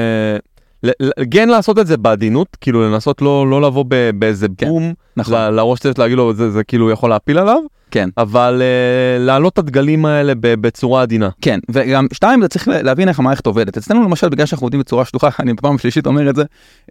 כן לעשות את זה בעדינות, כאילו לנסות לא, לא לבוא באיזה בום, לראש צוות להגיד לו, זה, זה כאילו יכול להפיל עליו, כן. אבל להעלות את הדגלים האלה בצורה עדינה. כן, וגם שתיים, זה צריך להבין איך המערכת עובדת. אצלנו למשל, בגלל שאנחנו עובדים בצורה שטוחה, אני בפעם שלישית אומר את זה,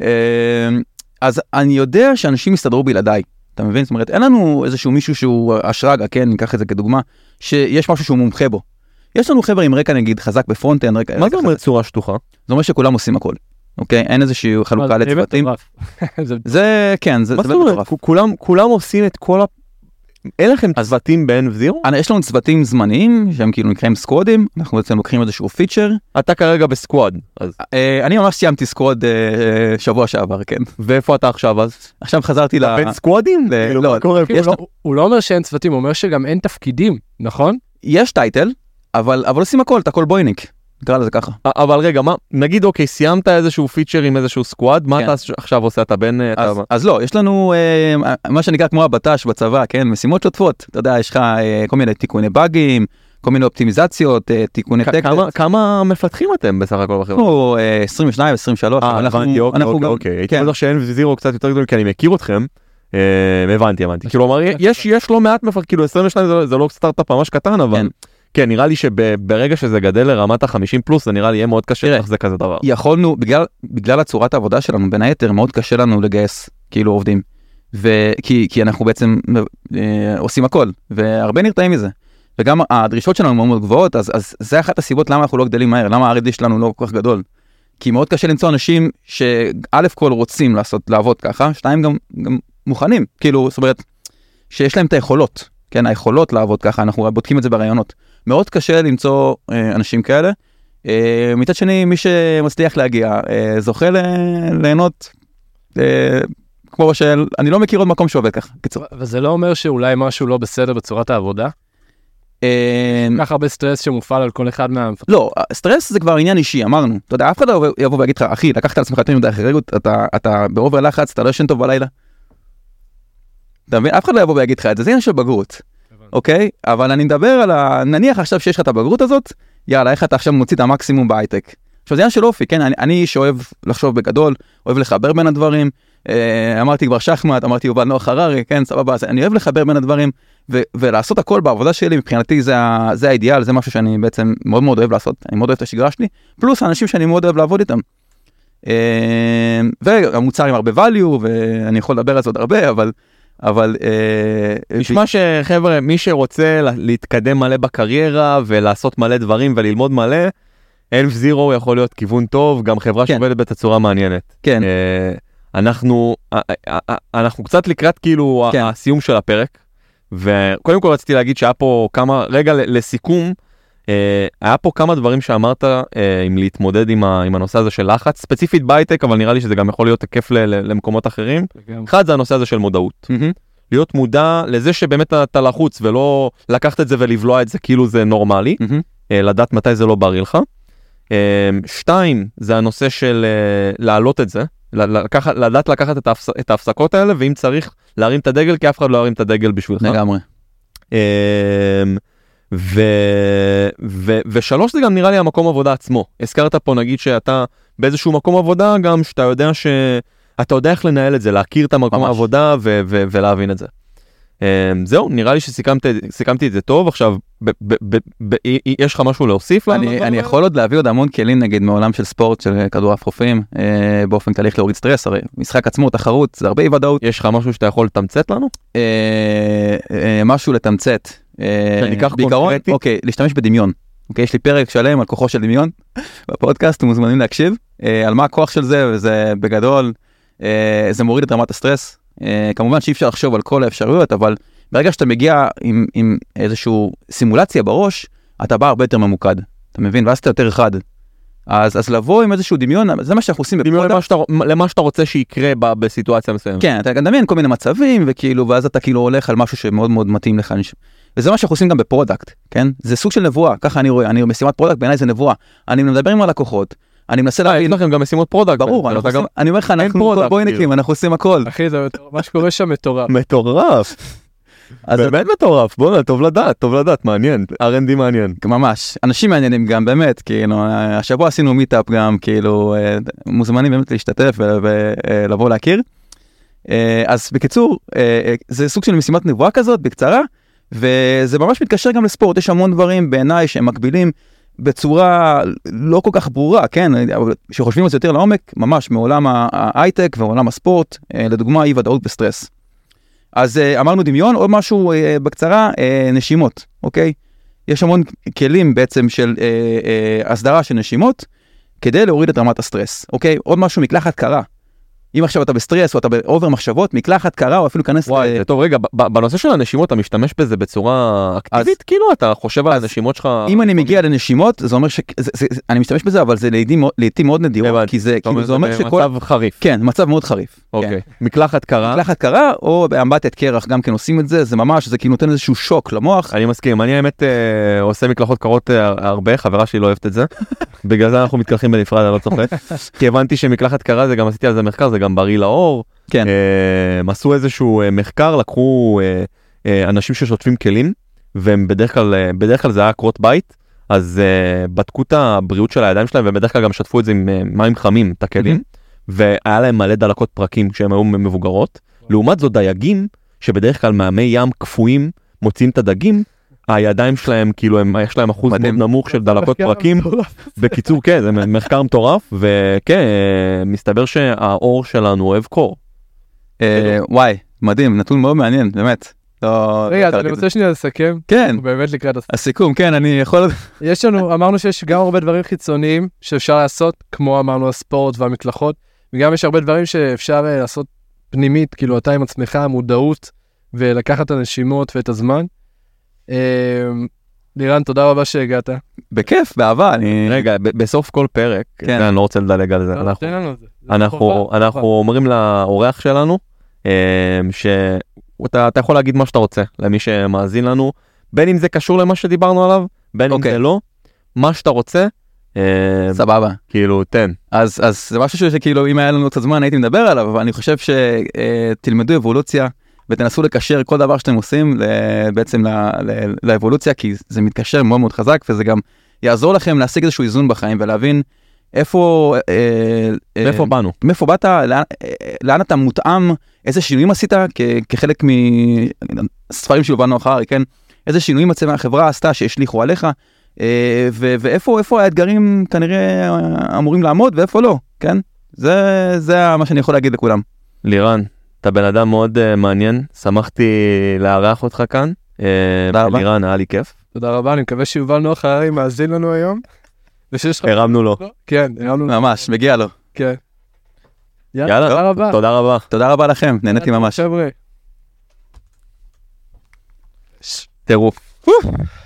אז אני יודע שאנשים יסתדרו בלעדיי. אתה מבין? זאת אומרת, אין לנו איזשהו מישהו שהוא אשרגה, כן, ניקח את זה כדוגמה, שיש משהו שהוא מומחה בו. יש לנו חבר'ה עם רקע, נגיד, חזק בפרונט-אנד, רקע... מה זה אומר צורה שטוחה? זה אומר שכולם עושים הכל, אוקיי? אין איזושהי חלוקה לצוותים. זה, כן, זה באמת מטורף. כולם עושים את כל ה... אין לכם צוותים ב-N F Zero? יש לנו צוותים זמניים, שהם כאילו נקראים סקוואדים, אנחנו בעצם לוקחים איזשהו פיצ'ר. אתה כרגע בסקוואד. אני ממש סיימתי סקוואד שבוע שעבר, כן. ואיפה אתה עכשיו אז? עכשיו חזרתי ל... בין סקוואדים? לא, הוא לא אומר שאין צוותים, הוא אומר שגם אין תפקידים, נכון? יש טייטל, אבל עושים הכל, אתה הכל בויניק. נקרא לזה ככה. אבל רגע, מה, נגיד אוקיי, סיימת איזשהו פיצ'ר עם איזשהו סקוואד, מה אתה עכשיו עושה? אתה בין... אז לא, יש לנו מה שנקרא כמו הבט"ש בצבא, כן, משימות שוטפות. אתה יודע, יש לך כל מיני תיקוני באגים, כל מיני אופטימיזציות, תיקוני טקסט. כמה מפתחים אתם בסך הכל בחברה? אנחנו עשרים ושתיים, עשרים ושלוש. אה, הבנתי, אוקיי, אוקיי. הייתי בטוח שאין זירו קצת יותר גדול, כי אני מכיר אתכם. הבנתי, הבנתי. כאילו, יש לא מעט מפתחים, כאילו עשרים ושתיים זה לא סטארט-אפ ממש קטן, אבל... כן, נראה לי שברגע שזה גדל לרמת ה-חמישים פלוס, זה נראה לי יהיה מאוד קשה איך זה כזה דבר. יכולנו, בגלל, בגלל הצורת העבודה שלנו, בין היתר, מאוד קשה לנו לגייס כאילו עובדים. וכי, כי אנחנו בעצם אה, עושים הכל, והרבה נרתעים מזה. וגם הדרישות שלנו מאוד מאוד גבוהות, אז, אז זה אחת הסיבות למה אנחנו לא גדלים מהר, למה ה-אר אנד די שלנו לא כל כך גדול. כי מאוד קשה למצוא אנשים שא' כל רוצים לעשות, לעבוד ככה, שתיים גם, גם מוכנים, כאילו, זאת אומרת, שיש להם את היכולות, כן, היכולות לעבוד ככה, אנחנו בודקים את זה ברעיונות. מאוד קשה למצוא אה, אנשים כאלה. אה, מצד שני, מי שמצליח להגיע, אה, זוכה ליהנות, אה, כמו של, אני לא מכיר עוד מקום שעובד ככה, קיצור. וזה לא אומר שאולי משהו לא בסדר בצורת העבודה? אה, כך הרבה סטרס שמופעל על כל אחד מה... לא, סטרס זה כבר עניין אישי, אמרנו. אתה יודע, אף אחד לא יבוא ויגיד לך, אחי, לקחת על עצמך יותר מדי אחריות, אתה, אתה באובר לחץ, אתה לא ישן טוב בלילה. אתה מבין? אף אחד לא יבוא ויגיד לך את זה, זה עניין של בגרות. אוקיי? אבל אני מדבר על ה... נניח עכשיו שיש לך את הבגרות הזאת, יאללה, איך אתה עכשיו מוציא את המקסימום בהייטק? עכשיו, זה עניין של אופי, כן? אני, אני איש אוהב לחשוב בגדול, אוהב לחבר בין הדברים, אה, אמרתי כבר שחמט, אמרתי יובל נוח הררי, כן, סבבה, אז אני אוהב לחבר בין הדברים, ו- ולעשות הכל בעבודה שלי, מבחינתי זה, ה- זה האידיאל, זה משהו שאני בעצם מאוד מאוד אוהב לעשות, אני מאוד אוהב את השגרה שלי, פלוס האנשים שאני מאוד אוהב לעבוד איתם. אה, והמוצר עם הרבה value, ואני יכול לדבר על זה עוד הרבה, אבל... אבל נשמע שחבר'ה, מי שרוצה להתקדם מלא בקריירה ולעשות מלא דברים וללמוד מלא, N F Zero יכול להיות כיוון טוב, גם חברה שעובדת בתצורה מעניינת. כן. אנחנו אנחנו קצת לקראת כאילו הסיום של הפרק, וקודם כל רציתי להגיד שהיה פה כמה, רגע לסיכום, היה פה כמה דברים שאמרת עם להתמודד עם הנושא הזה של לחץ, ספציפית בהייטק, אבל נראה לי שזה גם יכול להיות תקף למקומות אחרים. אחד זה הנושא הזה של מודעות. להיות מודע לזה שבאמת אתה לחוץ ולא לקחת את זה ולבלוע את זה כאילו זה נורמלי, לדעת מתי זה לא בריא לך. שתיים, זה הנושא של להעלות את זה, לדעת לקחת את ההפסקות האלה, ואם צריך להרים את הדגל, כי אף אחד לא ירים את הדגל בשבילך. לגמרי. ו... ו... ושלוש זה גם נראה לי המקום עבודה עצמו. הזכרת פה נגיד שאתה באיזשהו מקום עבודה גם שאתה יודע ש... אתה יודע איך לנהל את זה, להכיר את המקום העבודה ו... ו... ולהבין את זה. זהו, נראה לי שסיכמתי את זה טוב. עכשיו, יש לך משהו להוסיף? אני יכול עוד להביא עוד המון כלים, נגיד, מעולם של ספורט, של כדור אפרופים, באופן תהליך להוריד סטרס, הרי משחק עצמו, תחרות, זה הרבה אי ודאות. יש לך משהו שאתה יכול לתמצת לנו? משהו לתמצת. בעיקרון, אוקיי, להשתמש בדמיון. אוקיי, יש לי פרק שלם על כוחו של דמיון בפודקאסט, אתם מוזמנים להקשיב, על מה הכוח של זה, וזה בגדול, זה מוריד את רמת הסטרס. כמובן שאי אפשר לחשוב על כל האפשרויות, אבל ברגע שאתה מגיע עם, עם איזושהי סימולציה בראש, אתה בא הרבה יותר ממוקד, אתה מבין? ואז אתה יותר חד. אז, אז לבוא עם איזשהו דמיון, זה מה שאנחנו עושים דמיון למה שאתה, למה שאתה רוצה שיקרה ב, בסיטואציה מסוימת. כן, אתה מדמיין כל מיני מצבים, וכאילו, ואז אתה כאילו הולך על משהו שמאוד מאוד מתאים לך. וזה מה שאנחנו עושים גם בפרודקט, כן? זה סוג של נבואה, ככה אני רואה, אני משימת פרודקט, בעיניי זה נבואה. אני מדבר עם הלקוחות, אני מנסה להבין... יש לכם גם משימות פרודקט. ברור, אני אומר לך, אנחנו בויניקים, אנחנו עושים הכל. אחי, מה שקורה שם מטורף. מטורף. באמת מטורף, בוא, טוב לדעת, טוב לדעת, מעניין, אר אנד די מעניין. ממש, אנשים מעניינים גם, באמת, כאילו, השבוע עשינו מיטאפ גם, כאילו, מוזמנים באמת להשתתף ולבוא להכיר. אז בקיצור, זה סוג של משימת נבואה כזאת, בקצרה, וזה ממש מתקשר גם לספורט, יש המון דברים בעיניי שהם מקבילים בצורה לא כל כך ברורה, כן, שחושבים על זה יותר לעומק, ממש מעולם ההייטק ועולם הספורט, לדוגמה אי ודאות בסטרס. אז אמרנו דמיון, עוד משהו בקצרה, נשימות, אוקיי? יש המון כלים בעצם של הסדרה של נשימות, כדי להוריד את רמת הסטרס, אוקיי? עוד משהו, מקלחת קרה. אם עכשיו אתה בסטרס או אתה באובר מחשבות, מקלחת קרה או אפילו כנס... וואי, טוב, רגע, בנושא של הנשימות, אתה משתמש בזה בצורה אקטיבית? כאילו, אתה חושב על הנשימות שלך... אם אני מגיע לנשימות, זה אומר ש... אני משתמש בזה, אבל זה לעתים מאוד נדירות, כי זה אומר שכל... מצב חריף. כן, מצב מאוד חריף. אוקיי. מקלחת קרה? מקלחת קרה, או באמבטיית קרח גם כן עושים את זה, זה ממש, זה כאילו נותן איזשהו שוק למוח. אני מסכים, אני האמת עושה מקלחות קרות הרבה, חברה שלי לא אוהבת את זה. בגלל זה אנחנו מתקלחים בנפרד, אני לא צוחק. כי הבנתי שמקלחת קרה, זה גם עשיתי על זה מחקר, זה גם בריא לאור. כן. הם עשו איזשהו מחקר, לקחו אנשים ששוטפים כלים, והם בדרך כלל, בדרך כלל זה היה קרות בית, אז בדקו את הבריאות של הידיים שלהם, ובדרך כלל גם שטפו את זה עם מים חמים, את הכלים, והיה להם מלא דלקות פרקים כשהם היו מבוגרות. לעומת זאת דייגים, שבדרך כלל מעמי ים קפואים מוצאים את הדגים, הידיים שלהם, כאילו, הם, יש להם אחוז מאוד נמוך של דלקות פרקים. בקיצור, כן, זה מחקר מטורף, וכן, מסתבר שהאור שלנו אוהב קור. וואי, מדהים, נתון מאוד מעניין, באמת. רגע, אני רוצה שנייה לסכם. כן. באמת לקראת הסיכום. הסיכום, כן, אני יכול... יש לנו, אמרנו שיש גם הרבה דברים חיצוניים שאפשר לעשות, כמו אמרנו הספורט והמקלחות, וגם יש הרבה דברים שאפשר לעשות פנימית, כאילו אתה עם עצמך, המודעות, ולקחת את הנשימות ואת הזמן. לירן, תודה רבה שהגעת. בכיף, באהבה. רגע, בסוף כל פרק, אני לא רוצה לדלג על זה. אנחנו אומרים לאורח שלנו, שאתה יכול להגיד מה שאתה רוצה, למי שמאזין לנו, בין אם זה קשור למה שדיברנו עליו, בין אם זה לא, מה שאתה רוצה. סבבה. כאילו, תן. אז זה משהו שכאילו, אם היה לנו קצת זמן, הייתי מדבר עליו, אבל אני חושב שתלמדו אבולוציה, ותנסו לקשר כל דבר שאתם עושים בעצם לאבולוציה, כי זה מתקשר מאוד מאוד חזק, וזה גם יעזור לכם להשיג איזשהו איזון בחיים, ולהבין איפה... מאיפה באנו? מאיפה באת, לאן אתה מותאם, איזה שינויים עשית, כחלק מספרים שהובלנו אחר, כן? איזה שינויים החברה עשתה שהשליחו עליך, ואיפה האתגרים כנראה אמורים לעמוד, ואיפה לא, כן? זה מה שאני יכול להגיד לכולם. לירן. אתה בן אדם מאוד uh, מעניין, שמחתי לארח אותך כאן. תודה רבה. לירן, היה לי כיף. תודה רבה, אני מקווה שיובל נוח הררי מאזין לנו היום. הרמנו לו. כן, הרמנו לו. ממש, מגיע לו. כן. יאללה, תודה רבה. תודה רבה. תודה רבה לכם, נהניתי ממש. חבר'ה. טירוף.